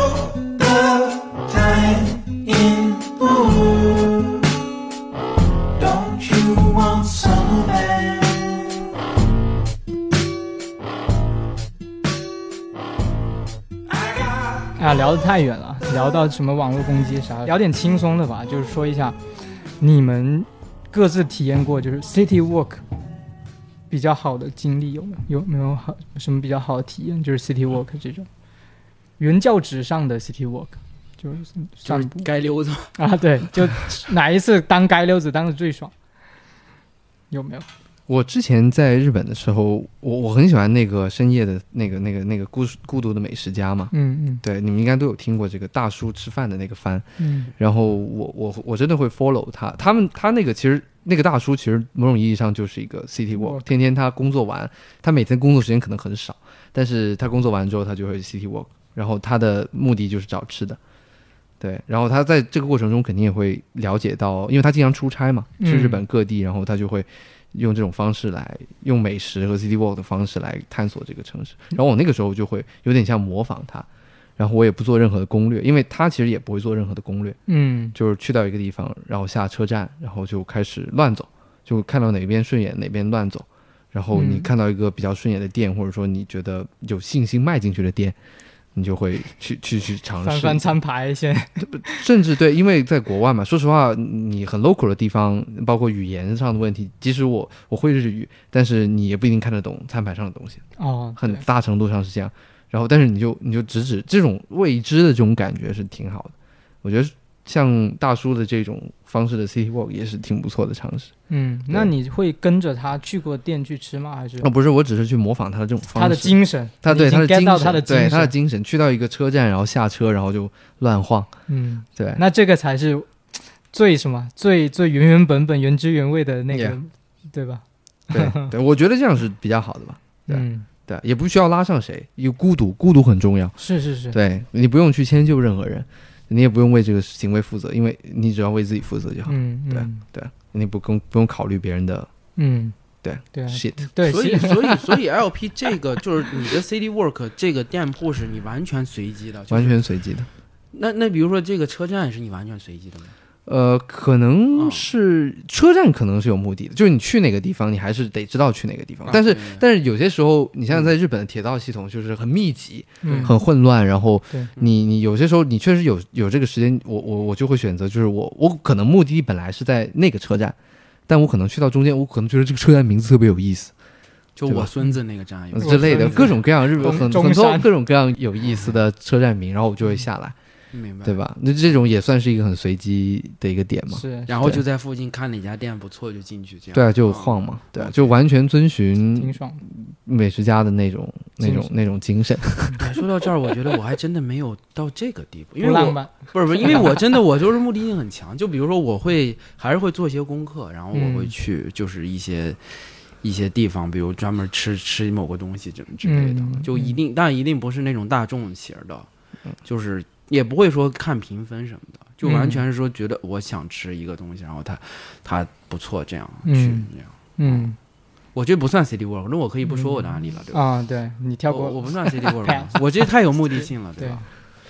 Speaker 3: 啊，聊得太远了，聊到什么网络攻击啥，聊点轻松的吧，就是说一下你们各自体验过就是 City Walk 比较好的经历有没有？有没有好什么比较好的体验？就是 City Walk 这种原教旨上的 City Walk， 就是
Speaker 1: 就是街溜子
Speaker 3: 啊，对，就哪一次当街溜子当的最爽？有没有？
Speaker 2: 我之前在日本的时候，我我很喜欢那个深夜的那个那个那个孤孤独的美食家嘛，
Speaker 3: 嗯嗯，
Speaker 2: 对，你们应该都有听过这个大叔吃饭的那个番，
Speaker 3: 嗯，
Speaker 2: 然后我我我真的会 follow 他，他们他那个其实那个大叔其实某种意义上就是一个 city walk， 天天他工作完，他每天工作时间可能很少，但是他工作完之后他就会 city walk， 然后他的目的就是找吃的。对，然后他在这个过程中肯定也会了解到，因为他经常出差嘛，去日本各地，嗯、然后他就会用这种方式来用美食和 city walk 的方式来探索这个城市。然后我那个时候就会有点像模仿他，然后我也不做任何的攻略，因为他其实也不会做任何的攻略，
Speaker 3: 嗯，
Speaker 2: 就是去到一个地方，然后下车站，然后就开始乱走，就看到哪边顺眼哪边乱走，然后你看到一个比较顺眼的店，或者说你觉得有信心迈进去的店，你就会去去去尝试翻
Speaker 3: 翻餐牌先，
Speaker 2: 甚至对，因为在国外嘛，说实话，你很 local 的地方，包括语言上的问题，即使我我会日语，但是你也不一定看得懂餐牌上的东西，
Speaker 3: 哦，
Speaker 2: 很大程度上是这样。然后，但是你就你就直指这种未知的这种感觉是挺好的，我觉得像大叔的这种方式的 city walk 也是挺不错的尝试。
Speaker 3: 嗯，那你会跟着他去过店去吃吗？还是？
Speaker 2: 哦，不是，我只是去模仿他的这种方式。
Speaker 3: 他的精神，
Speaker 2: 他对他的精神，
Speaker 3: 他的精神
Speaker 2: 对他的精神，去到一个车站，然后下车，然后就乱晃。
Speaker 3: 嗯，
Speaker 2: 对，
Speaker 3: 那这个才是最什么最最原原本本、原汁原味的那个， yeah. 对吧？
Speaker 2: 对对，我觉得这样是比较好的吧。对。
Speaker 3: 嗯
Speaker 2: 对，也不需要拉上谁，有孤独，孤独很重要。
Speaker 3: 是是是，
Speaker 2: 对，你不用去迁就任何人，你也不用为这个行为负责，因为你只要为自己负责就好。
Speaker 3: 嗯，
Speaker 2: 对对，你不用不用考虑别人的。
Speaker 3: 嗯，
Speaker 2: 对
Speaker 3: 对
Speaker 2: ，shit。
Speaker 3: 对，
Speaker 1: 所以所以所以 L P 这个就是你的 City Walk 这个店铺是你完全随机的，就是、
Speaker 2: 完全随机的。
Speaker 1: 那那比如说这个车站是你完全随机的吗？
Speaker 2: 呃，可能是车站可能是有目的的，就是你去哪个地方，你还是得知道去哪个地方。但是，但是有些时候，你像在日本的铁道系统就是很密集、
Speaker 3: 嗯、
Speaker 2: 很混乱，然后你你有些时候你确实有有这个时间，我我我就会选择，就是我我可能目的地本来是在那个车站，但我可能去到中间，我可能觉得这个车站名字特别有意思，
Speaker 1: 就我孙子那个站有
Speaker 2: 之类的，各种各样日本很很多各种各样有意思的车站名，然后我就会下来。
Speaker 1: 明白，
Speaker 2: 对吧？那这种也算是一个很随机的一个点嘛。
Speaker 3: 是，
Speaker 1: 然后就在附近看哪家店不错就进去，这样。
Speaker 2: 对啊，就晃嘛，对啊，就完全遵循美食家的那种那种那种精神。
Speaker 1: 对，说到这儿，我觉得我还真的没有到这个地步，因为
Speaker 3: 我
Speaker 1: 不是不是，因为我真的我就是目的性很强。就比如说，我会还是会做一些功课，然后我会去就是一些。一些地方，比如专门吃吃某个东西之之类的，
Speaker 3: 嗯、
Speaker 1: 就一定，但一定不是那种大众型的，就是也不会说看评分什么的，就完全是说觉得我想吃一个东西，然后它它不错，这样去、
Speaker 3: 嗯、
Speaker 1: 这样。
Speaker 3: 嗯，
Speaker 1: 我觉得不算 City Walk， 那我可以不说我的案例了，对吧？
Speaker 3: 啊，对你跳过，
Speaker 1: 我, 我不算 City Walk， 我这太有目的性了，对吧？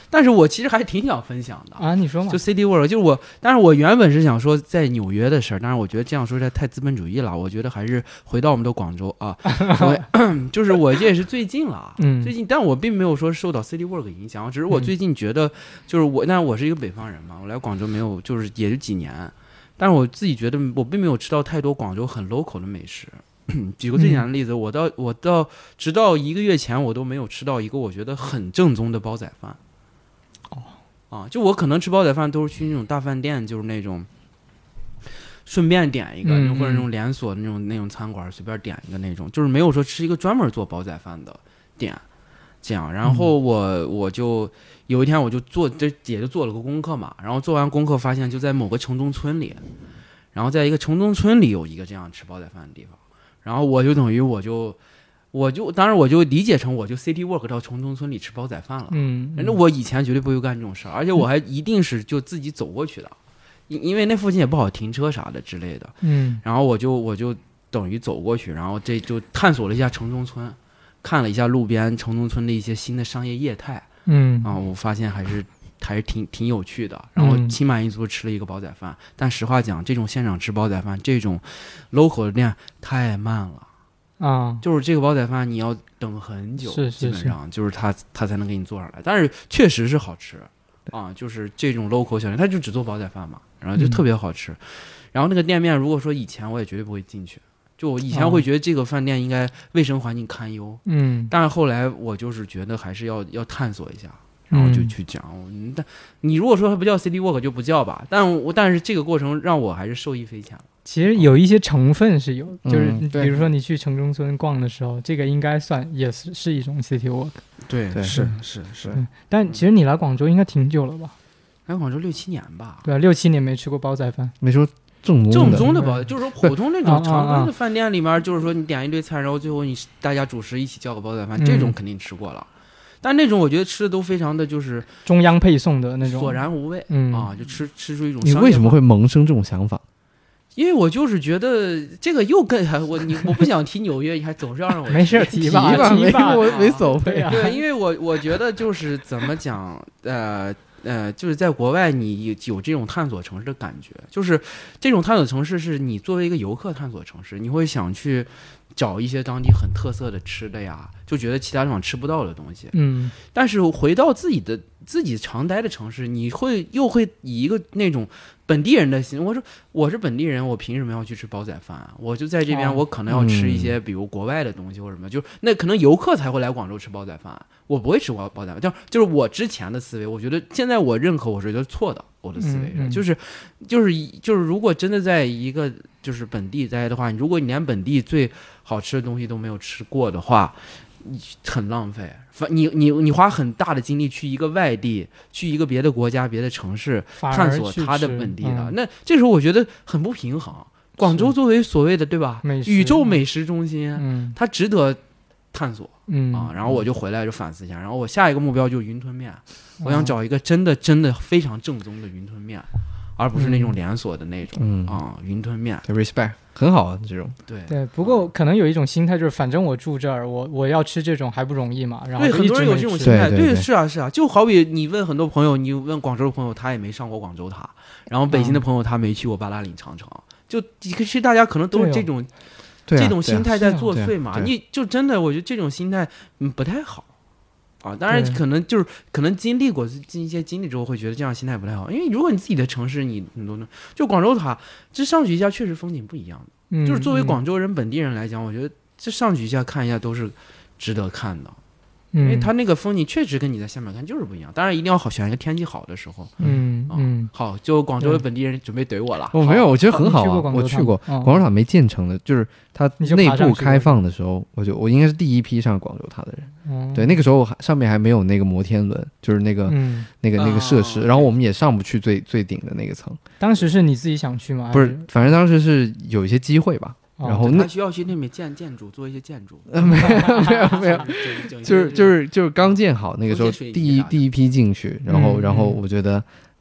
Speaker 1: 但是我其实还挺想分享的
Speaker 3: 啊，你说嘛？
Speaker 1: 就 City Walk， 就是我，但是我原本是想说在纽约的事儿，但是我觉得这样说太资本主义了，我觉得还是回到我们的广州啊，就是我这也是最近了，嗯，最近，但我并没有说受到 City Walk 影响，只是我最近觉得，就是我，但我是一个北方人嘛，我来广州没有，就是也是几年，但是我自己觉得我并没有吃到太多广州很 local 的美食。举个最简单的例子，我到我到直到一个月前，我都没有吃到一个我觉得很正宗的煲仔饭。哦，啊，就我可能吃煲仔饭都是去那种大饭店，就是那种顺便点一个，嗯、或者那种连锁的那种那种餐馆随便点一个那种，就是没有说吃一个专门做煲仔饭的店。这样，然后我、嗯、我就有一天我就做，这也就做了个功课嘛，然后做完功课发现就在某个城中村里，然后在一个城中村里有一个这样吃煲仔饭的地方。然后我就等于我就，我就当然我就理解成我就 City Walk 到城中村里吃煲仔饭了。嗯，反正我以前绝对不会干这种事儿，而且我还一定是就自己走过去的，因、嗯、因为那附近也不好停车啥的之类的。嗯，然后我就我就等于走过去，然后这就探索了一下城中村，看了一下路边城中村的一些新的商业业态。嗯，啊，我发现还是。还是挺挺有趣的，然后心满意足吃了一个煲仔饭、嗯。但实话讲，这种现场吃煲仔饭，这种 local 的店太慢了啊！就是这个煲仔饭你要等很久，
Speaker 3: 是是是
Speaker 1: 基本上就是他他才能给你做上来。但是确实是好吃啊，就是这种 local 小店，他就只做煲仔饭嘛，然后就特别好吃。嗯、然后那个店面，如果说以前我也绝对不会进去，就我以前会觉得这个饭店应该卫生环境堪忧，嗯，但是后来我就是觉得还是要要探索一下。然后就去讲，嗯、但你如果说它不叫 City Walk 就不叫吧，但我但是这个过程让我还是受益匪浅了。
Speaker 3: 其实有一些成分是有，嗯、就是比如说你去城中村逛的时候，这个应该算也是是一种 City Walk。
Speaker 1: 对，对是是是、
Speaker 3: 嗯。但其实你来广州应该挺久了吧？
Speaker 1: 来广州六七年吧。
Speaker 3: 对啊，六七年没吃过煲仔饭。
Speaker 2: 没说正宗
Speaker 1: 正宗的煲，就是说普通那种常规的饭店里面，就是说你点一堆菜，然后最后你大家主食一起叫个煲仔饭，嗯、这种肯定吃过了。但那种我觉得吃的都非常的就是
Speaker 3: 中央配送的那种
Speaker 1: 索然无味、嗯、啊，就吃吃出一种。
Speaker 2: 你为什么会萌生这种想法？
Speaker 1: 因为我就是觉得这个又跟我你我不想提纽约，你还总是要让我
Speaker 3: 没事提吧
Speaker 2: 提吧
Speaker 3: 提吧，
Speaker 2: 我没走
Speaker 3: 对啊，
Speaker 1: 对，因为我我觉得就是怎么讲，呃呃，就是在国外你有这种探索城市的感觉，就是这种探索城市是你作为一个游客探索城市，你会想去找一些当地很特色的吃的呀，就觉得其他地方吃不到的东西。嗯，但是回到自己的自己常待的城市，你会又会以一个那种本地人的心，我说我是本地人，我凭什么要去吃煲仔饭啊？我就在这边，我可能要吃一些比如国外的东西或者什么，就那可能游客才会来广州吃煲仔饭，我不会吃煲仔饭。就就是我之前的思维，我觉得现在我认可，我是觉得错的。我的思维上、嗯嗯、就是就是就是如果真的在一个就是本地待的话，如果你连本地最好吃的东西都没有吃过的话，你很浪费。你你你花很大的精力去一个外地，去一个别的国家、别的城市探索它的本地的，嗯、那这时候我觉得很不平衡。广州作为所谓的对吧，宇宙美食中心，嗯、它值得探索。嗯啊，然后我就回来就反思一下，然后我下一个目标就是云吞面，我想找一个真的真的非常正宗的云吞面，而不是那种连锁的那种、嗯、啊云吞面。
Speaker 2: 对 respect 很好啊，这种
Speaker 1: 对
Speaker 3: 对。不过可能有一种心态就是，反正我住这儿，我我要吃这种还不容易嘛。然后
Speaker 1: 对很多人有这种心态，
Speaker 2: 对, 对,
Speaker 1: 对是啊是啊，就好比你问很多朋友，你问广州的朋友，他也没上过广州塔，然后北京的朋友他没去过八达岭长城，嗯、就其实大家可能都是这种。
Speaker 2: 对啊、
Speaker 1: 这种心态在作祟嘛，
Speaker 2: 啊啊、
Speaker 1: 你就真的我觉得这种心态嗯不太好啊。当然可能就是可能经历过一些经历之后会觉得这样心态不太好，因为如果你自己的城市你很多就广州塔这上去一下确实风景不一样的、嗯、就是作为广州人、嗯、本地人来讲，我觉得这上去一下看一下都是值得看的。因为它那个风景确实跟你在下面看就是不一样，当然一定要好选一个天气好的时候。嗯嗯，好，就广州的本地人准备怼我了。
Speaker 2: 我、哦、没有，我觉得很好啊，我去过广州塔没建成的，就是它内部开放的时候，我就我应该是第一批上广州塔的人。嗯、对，那个时候上面还没有那个摩天轮，就是那个、嗯、那个那个设施、啊，然后我们也上不去最最顶的那个层。
Speaker 3: 当时是你自己想去吗？
Speaker 2: 不是，反正当时是有一些机会吧。然后那
Speaker 1: 他需要去那边建建筑，做一些建筑。
Speaker 2: 呃、没有没有没有，就是就是就是刚建好那个时候第一第一批进去，然后、嗯、然后我觉得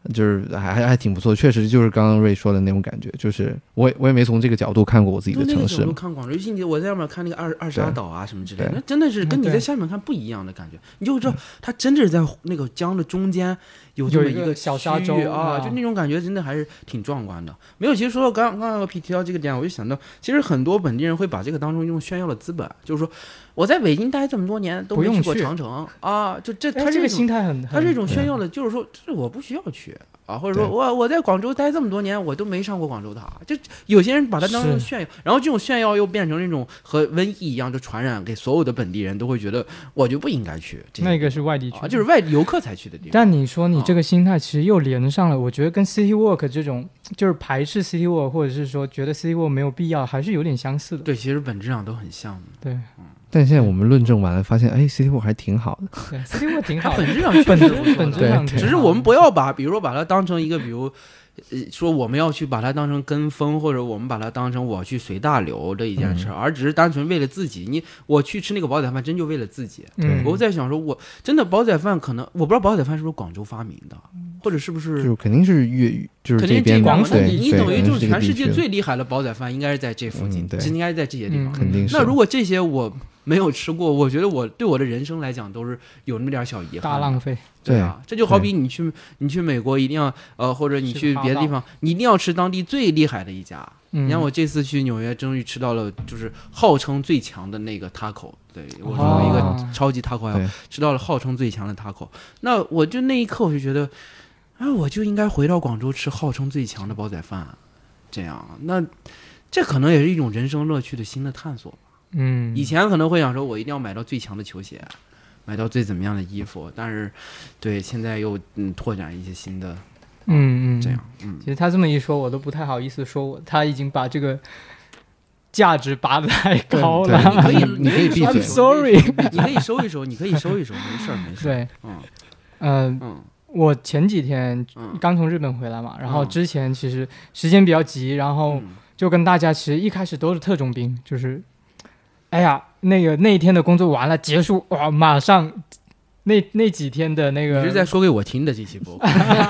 Speaker 2: 就是还还还挺不错，确实就是刚刚瑞说的那种感觉，就是我也我也没从这个角度看过我自己的城市。
Speaker 1: 那个角度看广州，尤其你我在上面看那个二二沙岛啊什么之类的，那真的是跟你在下面看不一样的感觉，你就知道它真的是在那个江的中间有这么一个
Speaker 3: 小沙洲
Speaker 1: 啊，就那种感觉真的还是挺壮观的。没有，其实说到刚刚刚提到这个点，我就想到，其实很多本地人会把这个当成一种炫耀的资本，就是说我在北京待这么多年都没去过长城啊，就这他
Speaker 3: 这个心态很，
Speaker 1: 他是一种炫耀的，就是说这我不需要去。啊，或者说我我在广州待这么多年，我都没上过广州塔，就有些人把它当成炫耀，然后这种炫耀又变成那种和瘟疫一样，就传染给所有的本地人，都会觉得我就不应该去。
Speaker 3: 那个是外地去、
Speaker 1: 啊，就是外地游客才去的地方。
Speaker 3: 但你说你这个心态其实又连上了，我觉得跟 City Walk 这种就是排斥 City Walk， 或者是说觉得 City Walk 没有必要，还是有点相似的。
Speaker 1: 对，其实本质上都很像的。
Speaker 3: 对，
Speaker 1: 嗯。
Speaker 2: 但现在我们论证完了，发现哎 ，City Walk 还挺好的。
Speaker 3: 对 ，City Walk 挺好的，
Speaker 1: 本质上
Speaker 3: 本质本质上，
Speaker 1: 只是我们不要把，比如说把它当成一个，比如。呃，说我们要去把它当成跟风，或者我们把它当成我去随大流这一件事、嗯，而只是单纯为了自己。你我去吃那个煲仔饭，真就为了自己。
Speaker 3: 嗯，
Speaker 1: 我在想说，我真的煲仔饭可能，我不知道煲仔饭是不是广州发明的，或者是不是？
Speaker 2: 就肯定是粤语，就是
Speaker 1: 这边
Speaker 2: 广
Speaker 1: 府。你等于就是全世界最厉害的煲仔饭，应该是在这附近，
Speaker 2: 嗯、
Speaker 1: 应该是在这些地方。
Speaker 2: 肯定是。
Speaker 1: 那如果这些我没有吃过，我觉得我对我的人生来讲都是有那么点小遗憾，
Speaker 3: 大浪费。
Speaker 1: 对啊，这就好比你去你去美国一定要呃，或者你去别的地方，你一定要吃当地最厉害的一家。
Speaker 3: 嗯、
Speaker 1: 你看我这次去纽约，终于吃到了就是号称最强的那个 taco。对，我说一个超级 taco，、哦、吃到了号称最强的 taco。那我就那一刻我就觉得，哎，我就应该回到广州吃号称最强的煲仔饭，这样。那这可能也是一种人生乐趣的新的探索。
Speaker 3: 嗯，
Speaker 1: 以前可能会想说，我一定要买到最强的球鞋。买到最怎么样的衣服，但是，对，现在又嗯拓展一些新的，
Speaker 3: 嗯嗯，
Speaker 1: 这样，嗯，
Speaker 3: 其实他这么一说，我都不太好意思说我，他已经把这个价值拔得太高了。
Speaker 1: 你可以，你可以闭嘴
Speaker 3: ，I'm sorry，
Speaker 1: 你可以收一收，你可以收一收，没事儿没事儿。
Speaker 3: 对，
Speaker 1: 嗯，
Speaker 3: 呃、嗯，我前几天刚从日本回来嘛，然后之前其实时间比较急，然后就跟大家其实一开始都是特种兵，就是，哎呀。那个那一天的工作完了结束哇，马上那那几天的那个，
Speaker 1: 你是在说给我听的这期播客？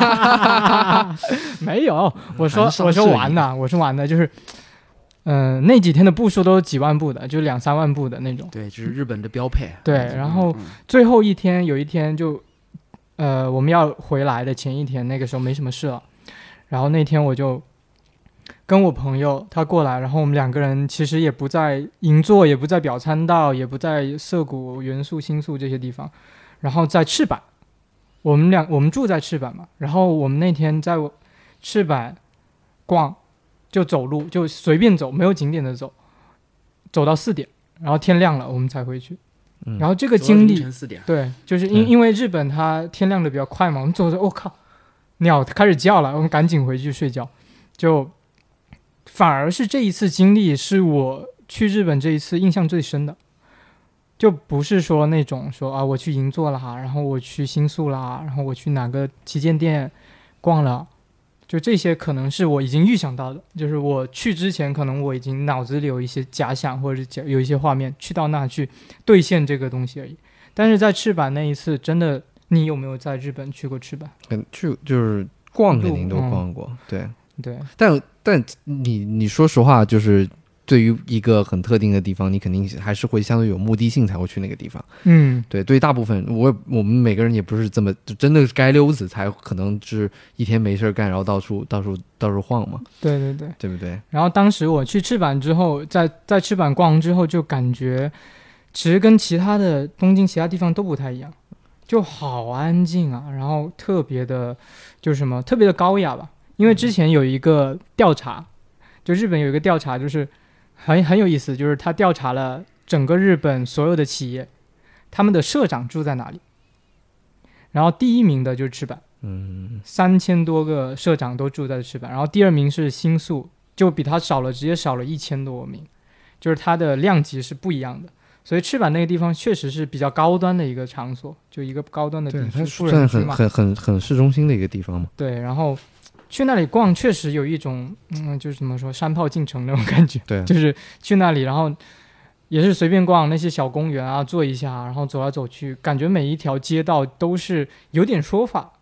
Speaker 3: 没有，我说我说玩的，我说玩的，就是，嗯、呃，那几天的步数都是几万步的，就两三万步的那种。
Speaker 1: 对，这是日本的标配。
Speaker 3: 对，然后最后一天有一天就，呃，我们要回来的前一天，那个时候没什么事了，然后那天我就。跟我朋友他过来，然后我们两个人其实也不在银座，也不在表参道，也不在涩谷、元素、新宿这些地方，然后在赤坂，我们俩我们住在赤坂嘛，然后我们那天在赤坂逛，就走路就随便走，没有景点的走，走到四点，然后天亮了我们才回去。
Speaker 2: 嗯、
Speaker 3: 然后这个经历，
Speaker 1: 对，
Speaker 3: 就是因因为日本它天亮的比较快嘛，我们走着，我、哦、靠，鸟开始叫了，我们赶紧回去睡觉，就。反而是这一次经历是我去日本这一次印象最深的，就不是说那种说啊我去银座啦，然后我去新宿啦，然后我去哪个旗舰店逛了，就这些可能是我已经预想到的，就是我去之前可能我已经脑子里有一些假想或者是有一些画面，去到那去兑现这个东西而已。但是在赤坂那一次，真的，你有没有在日本去过赤坂？
Speaker 2: 嗯，去就是逛肯定都逛过，嗯、对。
Speaker 3: 对，
Speaker 2: 但但你你说实话，就是对于一个很特定的地方，你肯定还是会相对有目的性才会去那个地方。
Speaker 3: 嗯，
Speaker 2: 对，对于大部分我我们每个人也不是这么就真的是街溜子才可能是一天没事干，然后到处到处到处晃嘛。
Speaker 3: 对对对，
Speaker 2: 对不对？
Speaker 3: 然后当时我去赤坂之后，在在赤坂逛之后，就感觉其实跟其他的东京其他地方都不太一样，就好安静啊，然后特别的，就是什么特别的高雅吧。因为之前有一个调查，就日本有一个调查，就是很很有意思，就是他调查了整个日本所有的企业，他们的社长住在哪里。然后第一名的就是赤坂，
Speaker 2: 嗯，
Speaker 3: 三千多个社长都住在赤坂。然后第二名是新宿，就比他少了，直接少了一千多名，就是它的量级是不一样的。所以赤坂那个地方确实是比较高端的一个场所，就一个高端的地区，
Speaker 2: 算很很很很市中心的一个地方嘛。
Speaker 3: 对，然后。去那里逛确实有一种嗯，就是怎么说山炮进城那种感觉，
Speaker 2: 对，
Speaker 3: 就是去那里，然后也是随便逛那些小公园啊，坐一下，然后走来走去，感觉每一条街道都是有点说法，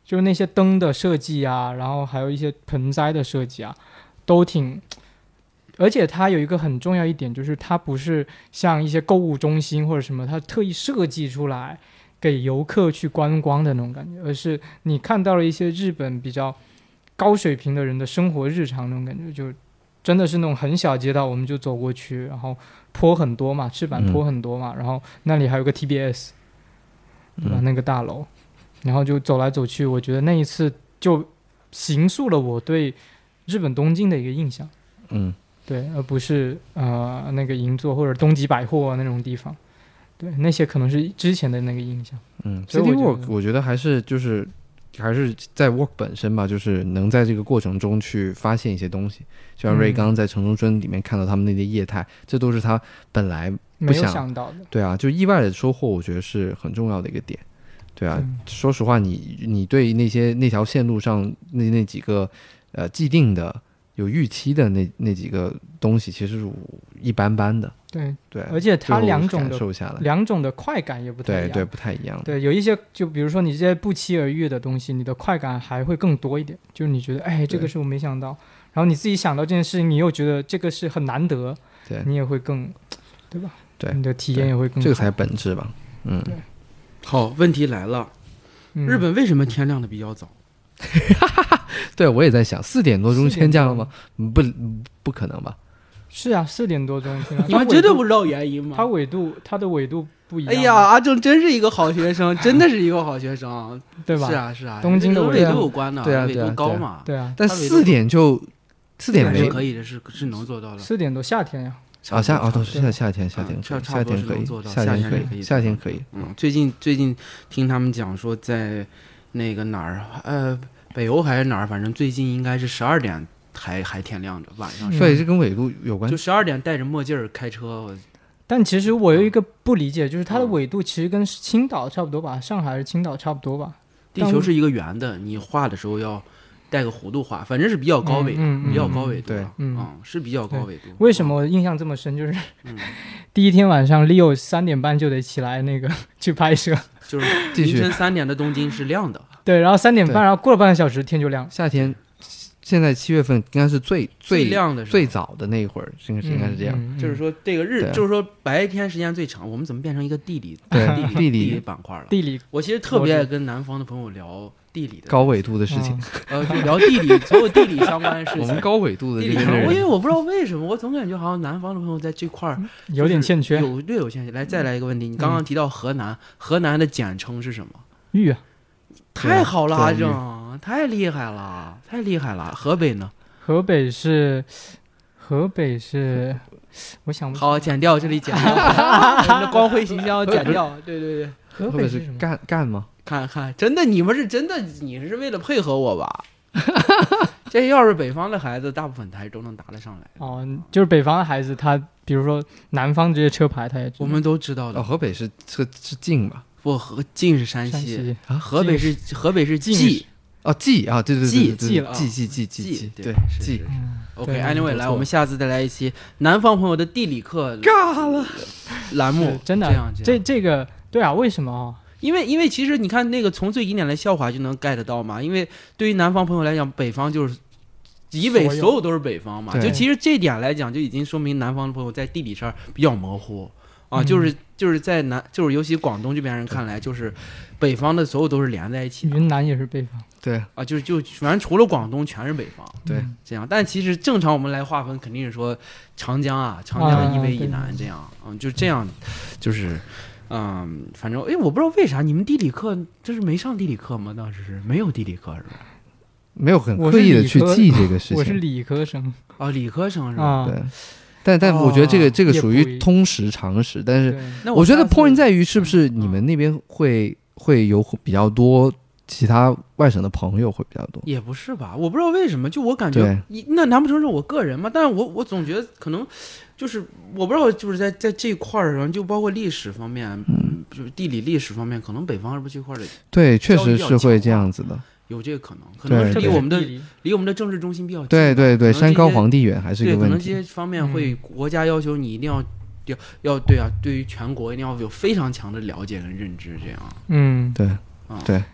Speaker 3: 就是那些灯的设计啊，然后还有一些盆栽的设计啊，都挺，而且它有一个很重要一点，就是它不是像一些购物中心或者什么，它特意设计出来给游客去观光的那种感觉，而是你看到了一些日本比较高水平的人的生活日常那种感觉，就真的是那种很小街道，我们就走过去，然后坡很多嘛，赤坂坡很多嘛、嗯、然后那里还有个 T B S， 对吧、嗯、那个大楼，然后就走来走去，我觉得那一次就形塑了我对日本东京的一个印象，
Speaker 2: 嗯，
Speaker 3: 对，而不是呃那个银座或者东急百货那种地方，对，那些可能是之前的那个印象。
Speaker 2: 嗯 ，City Walk 我觉得还是就是还是在 Walk 本身吧，就是能在这个过程中去发现一些东西，就像瑞刚刚在城中村里面看到他们那些业态、嗯，这都是他本来不想
Speaker 3: 没有想到的。
Speaker 2: 对啊，就意外的收获，我觉得是很重要的一个点。对啊，嗯、说实话，你你对那些那条线路上那那几个呃既定的有预期的那那几个东西，其实是一般般的。
Speaker 3: 对
Speaker 2: 对，
Speaker 3: 而且它两种的
Speaker 2: 受下来
Speaker 3: 两种的快感也不太一样，
Speaker 2: 对对，不太一样。
Speaker 3: 对，有一些就比如说你这些不期而遇的东西，你的快感还会更多一点，就是你觉得哎，这个是我没想到，然后你自己想到这件事情，你又觉得这个是很难得，
Speaker 2: 对，
Speaker 3: 你也会更，对吧？
Speaker 2: 对，
Speaker 3: 你的体验也会更好，
Speaker 2: 这个才本质吧。嗯，
Speaker 3: 对。
Speaker 1: 好，问题来了，嗯、日本为什么天亮的比较早？
Speaker 2: 对，我也在想，四点多钟天降了吗？不，不可能吧？
Speaker 3: 是啊，四点多钟天，
Speaker 1: 你们真的不知道原因吗？
Speaker 3: 它纬度，它的纬度不一样。
Speaker 1: 哎呀，阿正真是一个好学生，真的是一个好学生，
Speaker 3: 对吧？
Speaker 1: 是啊，是啊，
Speaker 3: 东京的
Speaker 1: 纬度有关的，
Speaker 2: 对啊，
Speaker 1: 纬度高嘛，
Speaker 3: 对啊。
Speaker 2: 但四点就四点没
Speaker 1: 可以的，是是能做到的。
Speaker 3: 四点多夏天呀。
Speaker 2: 啊夏啊都是夏夏天夏天
Speaker 1: 夏
Speaker 2: 夏天可以
Speaker 1: 夏
Speaker 2: 天可以夏天可以
Speaker 1: 嗯，最近最近听他们讲说，在那个哪儿呃北欧还是哪儿，反正最近应该是十二点还还天亮着，晚上。
Speaker 2: 所以这跟纬度有关。
Speaker 1: 就十二点戴着墨镜儿开车。
Speaker 3: 但其实我有一个不理解，就是它的纬度其实跟青岛差不多吧，上海还是青岛差不多吧。
Speaker 1: 地球是一个圆的，你画的时候要带个弧度画，反正是比较高纬度，
Speaker 3: 嗯嗯、
Speaker 1: 比较高纬度，
Speaker 2: 对，
Speaker 1: 嗯，嗯是比较高纬度。
Speaker 3: 为什么我印象这么深？就是、嗯、第一天晚上 ，Leo 三点半就得起来那个去拍摄，
Speaker 1: 就是凌晨三点的东京是亮的，
Speaker 3: 对，然后三点半，然后过了半个小时天就亮。
Speaker 2: 夏天，现在七月份应该是最
Speaker 1: 最亮的
Speaker 2: 最早的那一会儿，应该是应该是这样。
Speaker 3: 嗯嗯、
Speaker 1: 就是说这个日，就是说白天时间最长。我们怎么变成一个地理
Speaker 2: 对
Speaker 1: 地理
Speaker 2: 地理
Speaker 1: 地理板块了？
Speaker 3: 地理，
Speaker 1: 我其实特别爱跟南方的朋友聊地理的
Speaker 2: 高纬度的事情，
Speaker 1: 呃，就聊地理，所有地理相关的事情。
Speaker 2: 我们高纬度的这个，
Speaker 1: 因为我不知道为什么，我总感觉好像南方的朋友在这块儿
Speaker 3: 有点欠缺，
Speaker 1: 有略有欠缺。来，再来一个问题，你刚刚提到河南，河南的简称是什么？
Speaker 3: 豫啊，
Speaker 1: 太好了，阿正，太厉害了，太厉害了。河北呢？
Speaker 3: 河北是，河北是，我想不
Speaker 1: 好，剪掉这里剪掉，我们的光辉形象剪掉。对对对，
Speaker 3: 河北是什么？
Speaker 2: 干干吗？
Speaker 1: 看看，真的，你们是真的，你是为了配合我吧？这要是北方的孩子，大部分还是都能答得上来。
Speaker 3: 哦，就是北方的孩子，他比如说南方这些车牌，他也知道
Speaker 1: 我们都知道的。
Speaker 2: 哦，河北是是是晋吧？
Speaker 1: 不，河晋是山西，
Speaker 3: 山西
Speaker 1: 啊，河北是河北是冀。
Speaker 2: 哦，冀啊，对对对，
Speaker 1: 冀
Speaker 2: 冀
Speaker 1: 了，
Speaker 2: 冀冀冀冀冀，对冀。
Speaker 1: OK，Anyway， 来，我们下次再来一期南方朋友的地理课
Speaker 2: 尬了
Speaker 1: 栏目，
Speaker 3: 真的
Speaker 1: 这样
Speaker 3: 这这个对啊，为什么啊？
Speaker 1: 因为因为其实你看那个从最经典的笑话就能 get 到嘛，因为对于南方朋友来讲，北方就是以北所有都是北方嘛，就其实这点来讲就已经说明南方的朋友在地理上比较模糊啊，就是就是在南就是尤其广东这边人看来，就是北方的所有都是连在一起的，
Speaker 3: 云南也是北方，
Speaker 2: 对
Speaker 1: 啊，就是就反正除了广东全是北方，
Speaker 2: 对，
Speaker 1: 这样。但其实正常我们来划分，肯定是说长江啊，长江以北以南这样，嗯，就这样，就是。嗯，反正哎，我不知道为啥你们地理课这是没上地理课吗？当时是没有地理课是吧？
Speaker 2: 没有很刻意的去记这个事情。
Speaker 3: 我是理科生
Speaker 1: 哦，理科生是吧？
Speaker 3: 啊、
Speaker 2: 对，但但我觉得这个、哦、这个属于通识常识，但是我觉得 point 在于是不是你们那边会、嗯、会有比较多其他外省的朋友会比较多？
Speaker 1: 也不是吧，我不知道为什么，就我感觉那难不成是我个人吗？但是我我总觉得可能。就是我不知道，就是在在这一块儿上，就包括历史方面，嗯，就是地理历史方面，可能北方是不是这块的？
Speaker 2: 对，确实是会这样子的，
Speaker 1: 有这个可能，可能是离我们的离我们的政治中心比较近。
Speaker 2: 对对对，山高皇帝远还是一个问题。
Speaker 1: 对，可能这些方面会国家要求你一定要要要对啊，对于全国一定要有非常强的了解跟认知，这样。
Speaker 3: 嗯，
Speaker 2: 对，
Speaker 1: 啊，
Speaker 2: 对。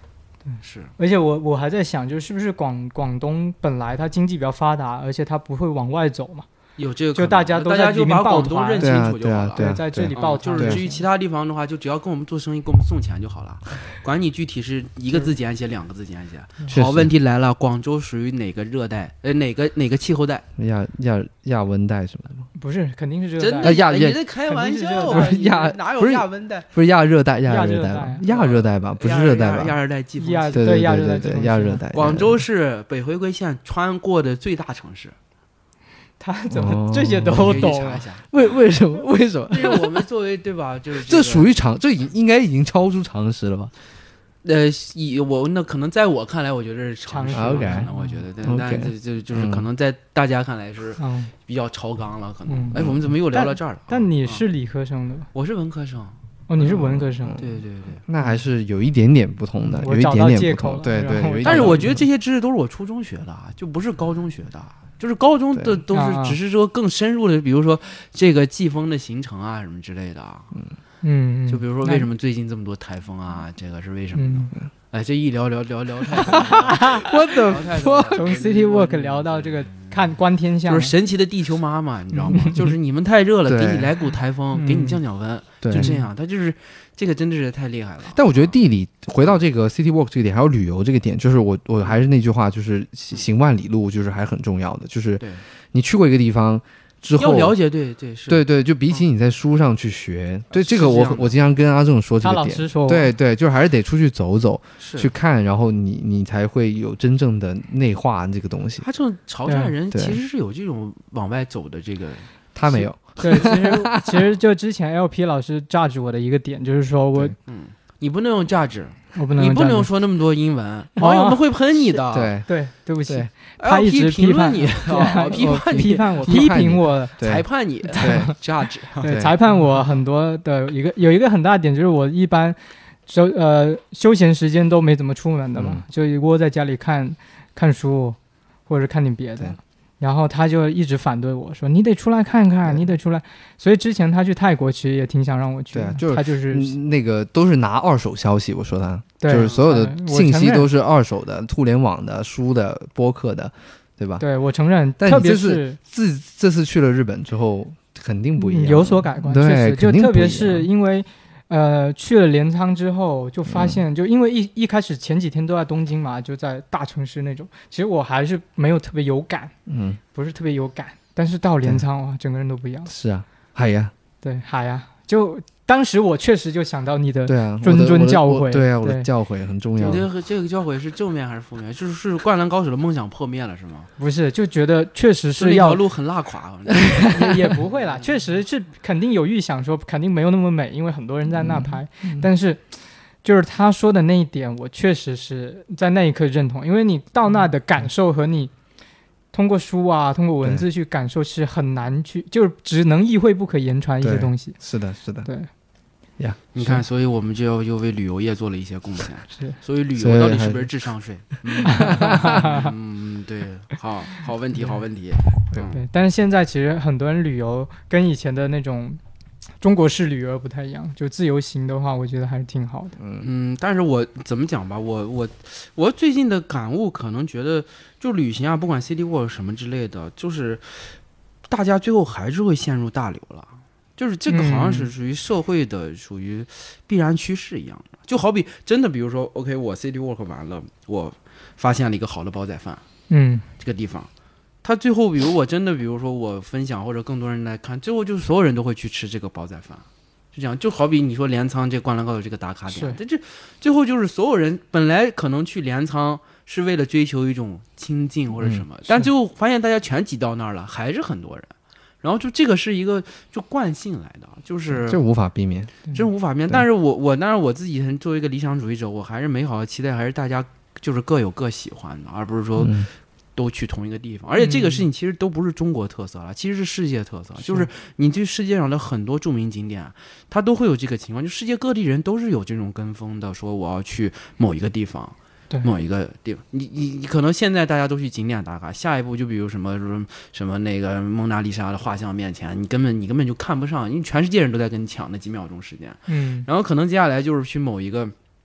Speaker 1: 是。
Speaker 3: 而且我我还在想，就是是不是广广东本来它经济比较发达，而且它不会往外走嘛。
Speaker 1: 有这个，
Speaker 3: 就大家都在里面抱团，
Speaker 1: 大家就把广东认清楚就好了。
Speaker 3: 对，在这里抱团。
Speaker 1: 就是至于其他地方的话，就只要跟我们做生意，给我们送钱就好了。管你具体是一个字简写，两个字简写。好，问题来了，广州属于哪个热带？呃，哪个哪个气候带？
Speaker 2: 亚亚亚温带什么的吗？
Speaker 3: 不是，肯定是热带。
Speaker 1: 真的
Speaker 2: 亚
Speaker 1: 你在开玩笑？
Speaker 2: 不是亚，
Speaker 1: 哪有亚温带？
Speaker 2: 不是亚热带，亚热带吧？亚热带吧？不是热带吧？
Speaker 1: 亚热带季风。
Speaker 2: 对对对对，亚热带。
Speaker 1: 广州是北回归线穿过的最大城市。
Speaker 3: 他怎么这些都懂？
Speaker 1: 查一下，
Speaker 2: 为为什么？为什么？
Speaker 1: 因为我们作为对吧，就是
Speaker 2: 这属于常，这应应该已经超出常识了吧？
Speaker 1: 呃，以我那可能在我看来，我觉得是常识，可能我觉得，但但就就就是可能在大家看来是比较超纲了，可能。哎，我们怎么又聊到这儿了？
Speaker 3: 但你是理科生的，
Speaker 1: 我是文科生。
Speaker 3: 哦，你是文科生，
Speaker 1: 对对对，
Speaker 2: 那还是有一点点不同的，有一点点不同。对对，
Speaker 1: 但是我觉得这些知识都是我初中学的，就不是高中学的。就是高中的都是只是说更深入的，比如说这个季风的形成啊什么之类的。
Speaker 3: 嗯嗯，
Speaker 1: 就比如说为什么最近这么多台风啊，这个是为什么呢？哎，这一聊聊聊聊太多了，
Speaker 2: 我的妈！
Speaker 3: 从 City Walk 聊到这个看观天象，
Speaker 1: 就是神奇的地球妈妈，你知道吗？就是你们太热了，给你来股台风，给你降降温，就这样。它就是这个真的是太厉害了。
Speaker 2: 但我觉得地理回到这个 City Walk 这个点，还有旅游这个点，就是我我还是那句话，就是行万里路，就是还很重要的。就是你去过一个地方之后，
Speaker 1: 要了解，对对是，
Speaker 2: 对对，就比起你在书上去学，对这个我我经常跟阿正说这个点，对对，就还是得出去走走，去看，然后你你才会有真正的内化这个东西。
Speaker 1: 他这种潮汕人其实是有这种往外走的这个，
Speaker 2: 他没有。
Speaker 3: 对，其实其实就之前 L P 老师 judge 我的一个点，就是说我，
Speaker 1: 嗯，你不能用 judge，
Speaker 3: 我不能，
Speaker 1: 你不能说那么多英文，网友们会喷你的。
Speaker 2: 对
Speaker 3: 对，对不起，他一直
Speaker 1: 批
Speaker 3: 判
Speaker 1: 你，批判
Speaker 3: 批判我，批评我，
Speaker 1: 裁判你，
Speaker 2: 对
Speaker 1: judge，
Speaker 3: 对，裁判我很多的一个有一个很大的点就是我一般休呃休闲时间都没怎么出门的嘛，就窝在家里看看书或者看点别的。然后他就一直反对我说：“你得出来看看，你得出来。”所以之前他去泰国，其实也挺想让我去。
Speaker 2: 对啊，就是
Speaker 3: 他就是
Speaker 2: 那个都是拿二手消息。我说他就是所有的信息都是二手的，互联网的、书的、播客的，对吧？
Speaker 3: 对，我承认。
Speaker 2: 但
Speaker 3: 特别是
Speaker 2: 自这次去了日本之后，肯定不一样，
Speaker 3: 有所改观。
Speaker 2: 对，
Speaker 3: 确实，就特别是因为。呃，去了镰仓之后，就发现，就因为一一开始前几天都在东京嘛，就在大城市那种，其实我还是没有特别有感，
Speaker 2: 嗯，
Speaker 3: 不是特别有感。但是到镰仓哇，整个人都不一样。
Speaker 2: 是啊，海呀，
Speaker 3: 对，海呀，就当时我确实就想到你的
Speaker 2: 对啊
Speaker 3: 谆谆教诲，
Speaker 2: 对啊，我的教诲很重要。
Speaker 1: 这个这个教诲是正面还是负面？就是是灌篮高手的梦想破灭了是吗？
Speaker 3: 不是，就觉得确实是要
Speaker 1: 那条路很拉垮，
Speaker 3: 也也不会啦，确实是肯定有预想说肯定没有那么美，因为很多人在那拍，嗯、但是就是他说的那一点，我确实是在那一刻认同，因为你到那的感受和你。通过书啊，通过文字去感受是很难去，就是只能意会不可言传一些东西。
Speaker 2: 是的，是的，
Speaker 3: 对
Speaker 2: 呀。
Speaker 1: 你看，所以我们就要又为旅游业做了一些贡献。
Speaker 3: 是，
Speaker 1: 所以旅游到底是不是智商税？嗯, 嗯，对，好好问题，好问题。
Speaker 3: 对对、嗯，但是现在其实很多人旅游跟以前的那种。中国式旅游不太一样，就自由行的话，我觉得还是挺好的。
Speaker 1: 嗯，但是我怎么讲吧，我我我最近的感悟，可能觉得就旅行啊，不管 City Walk 什么之类的，就是大家最后还是会陷入大流了。就是这个好像是属于社会的，属于必然趋势一样的。就好比真的，比如说 ，OK， 我 City Walk 完了，我发现了一个好的煲仔饭，
Speaker 3: 嗯，
Speaker 1: 这个地方。他最后，比如我真的，比如说我分享或者更多人来看，最后就是所有人都会去吃这个煲仔饭，是这样。就好比你说镰仓这灌篮高手这个打卡点，这这最后就是所有人本来可能去镰仓是为了追求一种清静或者什么，嗯、但最后发现大家全挤到那儿了，还是很多人。然后就这个是一个就惯性来的，就是
Speaker 2: 这无法避免，
Speaker 1: 真无法避免。但是我我当然我自己作为一个理想主义者，我还是美好的期待，还是大家就是各有各喜欢的，而不是说。嗯都去同一个地方，而且这个事情其实都不是中国特色了，嗯、其实是世界特色。是就是你去世界上的很多著名景点，它都会有这个情况，就世界各地人都是有这种跟风的，说我要去某一个地方，
Speaker 3: 对
Speaker 1: 某一个地方。你你你可能现在大家都去景点打卡，下一步就比如什么什么那个蒙娜丽莎的画像面前，你根本你根本就看不上，因为全世界人都在跟你抢那几秒钟时间。
Speaker 3: 嗯，
Speaker 1: 然后可能接下来就是去某一个。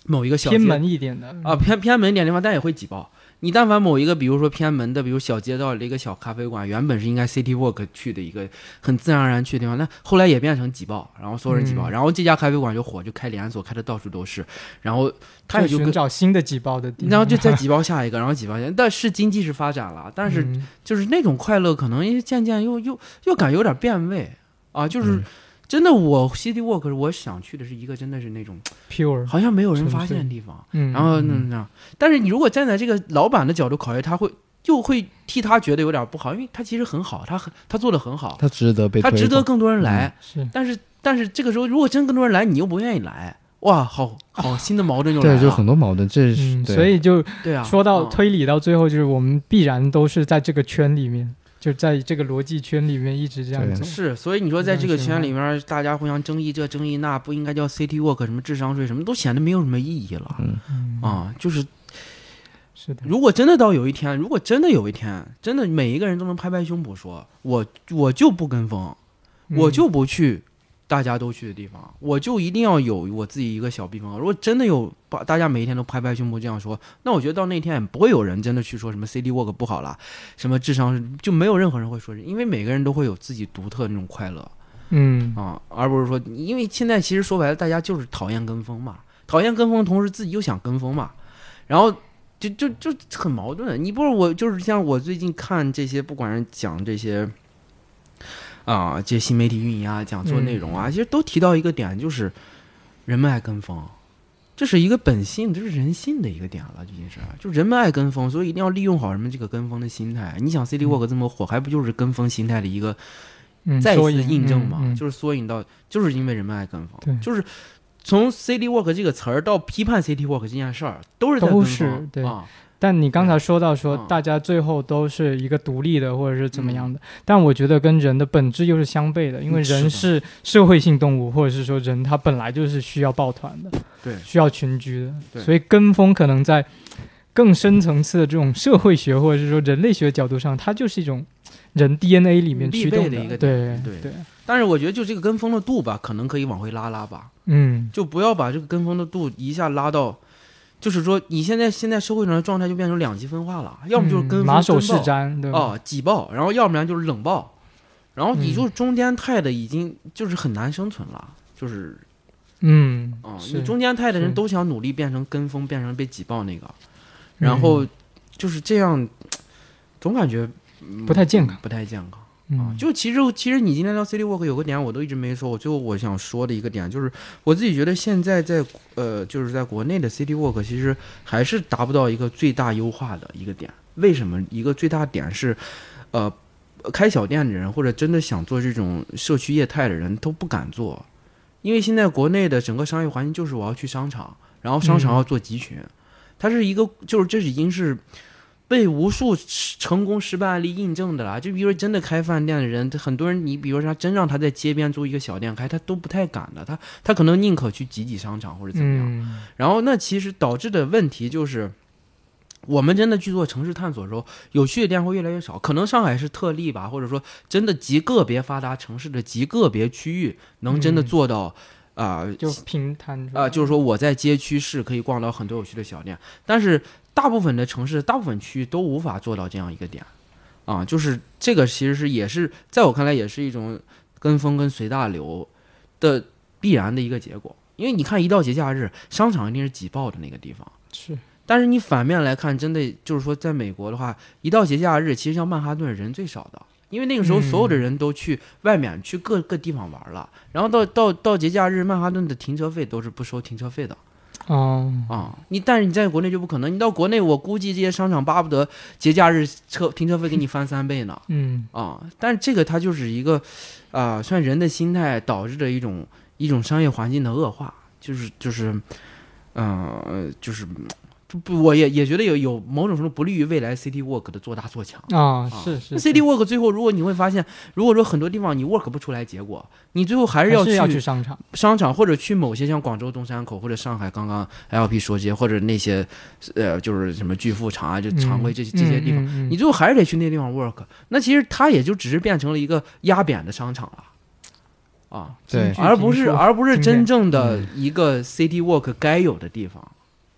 Speaker 1: 某一个小
Speaker 3: 偏门一点的
Speaker 1: 啊，偏偏门一点的地方，但也会挤爆。你但凡某一个，比如说偏门的，比如小街道的一个小咖啡馆，原本是应该 City Walk 去的一个很自然而然去的地方，那后来也变成挤爆，然后所有人挤爆，嗯、然后这家咖啡馆就火，就开连锁，开的到处都是，然后他也就
Speaker 3: 寻找新的挤爆的地方，
Speaker 1: 然后就再挤爆下一个，然后挤爆下一个，但是经济是发展了，但是就是那种快乐可能渐渐又又又感觉有点变味啊，就是。嗯真的，我 City Walk 我想去的是一个真的是那种
Speaker 3: pure，
Speaker 1: 好像没有人发现的地方。嗯，然后那那、嗯，但是你如果站在这个老板的角度考虑，他会就会替他觉得有点不好，因为他其实很好，他很他做的很好，
Speaker 2: 他值得被推，
Speaker 1: 他值得更多人来。
Speaker 3: 嗯、是，
Speaker 1: 但是但是这个时候，如果真更多人来，你又不愿意来，哇，好好新的矛盾就来了。
Speaker 2: 对，就很多矛盾，这是、
Speaker 3: 嗯、所以就
Speaker 1: 对啊，
Speaker 3: 说到推理到最后，就是我们必然都是在这个圈里面。就在这个逻辑圈里面一直这样走，
Speaker 1: 是，所以你说在这个圈里面，大家互相争议这争议那，不应该叫 City Walk 什么智商税，什么都显得没有什么意义了。嗯啊，就是
Speaker 3: 是的。
Speaker 1: 如果真的到有一天，如果真的有一天，真的每一个人都能拍拍胸脯说，我我就不跟风，我就不去大家都去的地方，嗯、我就一定要有我自己一个小避风港。如果真的有大家每一天都拍拍胸脯这样说，那我觉得到那天也不会有人真的去说什么 City Walk 不好啦，什么智商，就没有任何人会说，因为每个人都会有自己独特的那种快乐，
Speaker 3: 嗯
Speaker 1: 啊，而不是说，因为现在其实说白了，大家就是讨厌跟风嘛，讨厌跟风的同时自己又想跟风嘛，然后就就就很矛盾。你不是我，就是像我最近看这些，不管是讲这些。啊，这新媒体运营啊，讲座内容啊，嗯、其实都提到一个点，就是人们爱跟风，这是一个本性，这是人性的一个点了，毕竟是，就人们爱跟风，所以一定要利用好人们这个跟风的心态。你想 City Walk 这么火，嗯、还不就是跟风心态的一个再次印证嘛？
Speaker 3: 嗯嗯嗯、
Speaker 1: 就是缩影到，就是因为人们爱跟风，就是从 City Walk 这个词儿到批判 City Walk 这件事儿，都是在跟风，
Speaker 3: 对
Speaker 1: 啊。
Speaker 3: 但你刚才说到说大家最后都是一个独立的或者是怎么样的，嗯、但我觉得跟人的本质又是相悖的，因为人是社会性动物，或者是说人他本来就是需要抱团的，
Speaker 1: 对，
Speaker 3: 需要群居的，所以跟风可能在更深层次的这种社会学或者是说人类学角度上，它就是一种人 D N A 里面驱动
Speaker 1: 的, 的一个
Speaker 3: 对
Speaker 1: 对
Speaker 3: 对。
Speaker 1: 但是我觉得就这个跟风的度吧，可能可以往回拉拉吧，
Speaker 3: 嗯，
Speaker 1: 就不要把这个跟风的度一下拉到。就是说，你现在现在社会上的状态就变成两极分化了，要么就是跟风、
Speaker 3: 嗯、马首是瞻，对吧？
Speaker 1: 哦，挤爆，然后要不然就是冷爆，然后你就中间态的已经就是很难生存了，就是
Speaker 3: 嗯
Speaker 1: 啊、哦，你中间态的人都想努力变成跟风，变成被挤爆那个，然后就是这样，总感觉、
Speaker 3: 嗯、不太健康，
Speaker 1: 不太健康。啊，就其实其实你今天聊 City Walk 有个点我都一直没说，我最后我想说的一个点就是我自己觉得现在在呃就是在国内的 City Walk 其实还是达不到一个最大优化的一个点。为什么？一个最大点是呃开小店的人或者真的想做这种社区业态的人都不敢做，因为现在国内的整个商业环境就是我要去商场，然后商场要做集群，嗯、它是一个就是这已经是被无数成功失败案例印证的啦，就比如说真的开饭店的人，很多人你比如说真让他在街边租一个小店开，他都不太敢的，他他可能宁可去挤挤商场或者怎么样。
Speaker 3: 嗯、
Speaker 1: 然后那其实导致的问题就是，我们真的去做城市探索的时候，有趣的店会越来越少。可能上海是特例吧，或者说真的极个别发达城市的极个别区域能真的做到。嗯啊、呃，
Speaker 3: 就平摊
Speaker 1: 啊、呃，就是说我在街区是可以逛到很多有趣的小店，但是大部分的城市、大部分区域都无法做到这样一个点，啊，就是这个其实是也是在我看来也是一种跟风跟随大流的必然的一个结果，因为你看一到节假日，商场一定是挤爆的那个地方，
Speaker 3: 是，
Speaker 1: 但是你反面来看，真的就是说在美国的话，一到节假日，其实像曼哈顿人最少的。因为那个时候所有的人都去外面去各个地方玩了，嗯、然后到到到节假日，曼哈顿的停车费都是不收停车费的。
Speaker 3: 哦
Speaker 1: 啊，你但是你在国内就不可能，你到国内我估计这些商场巴不得节假日车停车费给你翻三倍呢。
Speaker 3: 嗯
Speaker 1: 啊，但是这个它就是一个啊、呃，算人的心态导致的一种一种商业环境的恶化，就是就是嗯、呃、就是。不，我也也觉得有有某种程度不利于未来 City Walk 的做大做强
Speaker 3: 啊，是是。
Speaker 1: City Walk 最后，如果你会发现，如果说很多地方你 work 不出来结果，你最后还是要去
Speaker 3: 还是要去商场，
Speaker 1: 商场或者去某些像广州东山口或者上海刚刚 L P 说这些，或者那些呃就是什么巨富场啊，就常规这些、嗯、这些地方、
Speaker 3: 嗯嗯嗯，
Speaker 1: 你最后还是得去那地方 work。那其实它也就只是变成了一个压扁的商场了。啊，
Speaker 2: 对，
Speaker 1: 而不是而不是真正的一个 City Walk 该有的地方。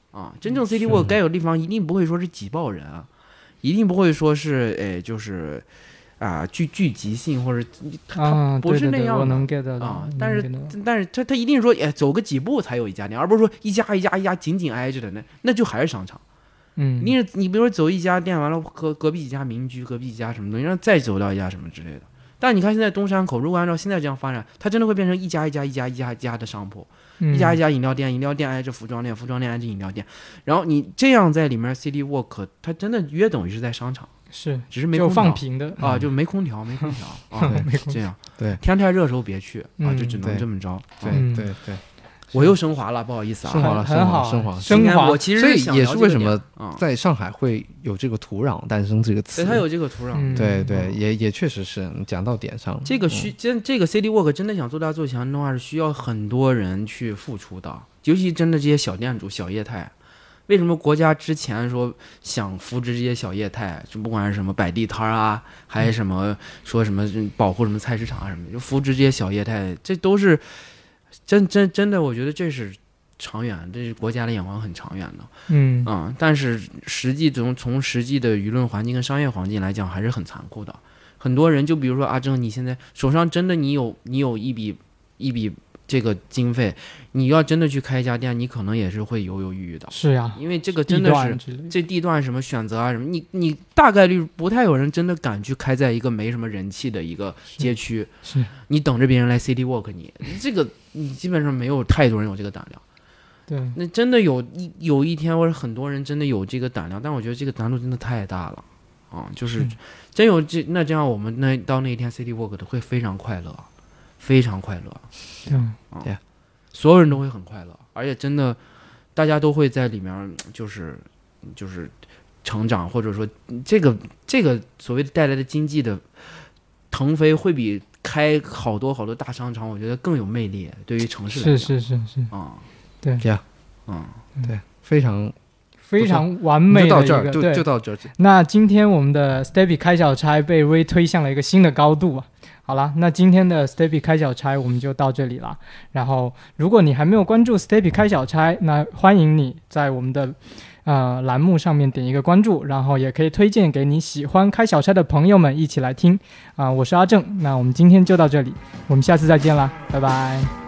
Speaker 1: 啊，真正 City Walk 该有的地方一定不会说是挤爆人啊，一定不会说是哎就是啊聚聚集性或者它不是那样的、
Speaker 3: 啊、对对对我能 get 到
Speaker 1: 啊，但是但是他他一定说哎走个几步才有一家店，而不是说一家一家一家紧紧挨着的，那那就还是商场。
Speaker 3: 嗯，
Speaker 1: 你你比如说走一家店完了隔隔壁几家民居，隔壁几家什么东西，然后再走到一家什么之类的。但你看现在东山口，如果按照现在这样发展，它真的会变成一家一家一家一家一家的商铺。一家一家饮料店，饮料店挨着服装店，服装店挨着饮料店，然后你这样在里面 City Walk， 它真的约等于是在商场，
Speaker 3: 是，
Speaker 1: 只是没空调
Speaker 3: 就放平的
Speaker 1: 啊，就没空调，没空调啊，
Speaker 3: 没空
Speaker 1: 这样，
Speaker 2: 对，
Speaker 1: 天太热的时候别去啊，
Speaker 3: 嗯、
Speaker 1: 就只能这么着，
Speaker 2: 对对对对。
Speaker 1: 我又升华了，不好意思啊，
Speaker 2: 升华了，
Speaker 3: 很好，
Speaker 2: 升华，
Speaker 3: 升华。
Speaker 1: 我其实
Speaker 2: 所以也是为什么
Speaker 1: 嗯
Speaker 2: 在上海会有这个土壤诞生这个词，
Speaker 1: 对，它有这个土壤，
Speaker 3: 嗯、
Speaker 2: 对对，也也确实是讲到点上了。
Speaker 1: 这个需真这个 City Walk 真的想做大做强的话，是需要很多人去付出的，尤其真的这些小店主、小业态。为什么国家之前说想扶植这些小业态，就不管是什么摆地摊啊，还是什么说什么保护什么菜市场啊什么的，就扶植这些小业态，这都是真真真的，我觉得这是长远，这是国家的眼光很长远的。
Speaker 3: 嗯
Speaker 1: 嗯，但是实际从从实际的舆论环境跟商业环境来讲，还是很残酷的。很多人就比如说阿正，你现在手上真的你有你有一笔一笔这个经费，你要真的去开一家店，你可能也是会犹犹豫豫的。
Speaker 3: 是呀，
Speaker 1: 因为这个真的是这地段什么选择啊什么，你你大概率不太有人真的敢去开在一个没什么人气的一个街区。
Speaker 3: 是，
Speaker 1: 你等着别人来 City Walk， 你这个你基本上没有太多人有这个胆量。
Speaker 3: 对，
Speaker 1: 那真的有一有一天或者很多人真的有这个胆量，但我觉得这个难度真的太大了啊！就是真有这那这样，我们那到那一天 City Walk 的会非常快乐，非常快乐。
Speaker 3: 嗯，
Speaker 2: 对、
Speaker 1: 啊，所有人都会很快乐，而且真的大家都会在里面就是就是成长，或者说这个这个所谓带来的经济的腾飞会比开好多好多大商场，我觉得更有魅力。对于城市来讲，
Speaker 3: 是是是是
Speaker 1: 啊。
Speaker 3: 对，
Speaker 2: 这样，
Speaker 1: 嗯，
Speaker 2: 对，非常
Speaker 3: 非常完美的一个，
Speaker 2: 就到这儿，就就到这儿。
Speaker 3: 那今天我们的 Steppy 开小差被Ray推向了一个新的高度啊！好了，那今天的 Steppy 开小差我们就到这里了。然后，如果你还没有关注 Steppy 开小差，那欢迎你在我们的呃栏目上面点一个关注，然后也可以推荐给你喜欢开小差的朋友们一起来听啊、呃！我是阿正，那我们今天就到这里，我们下次再见啦，拜拜。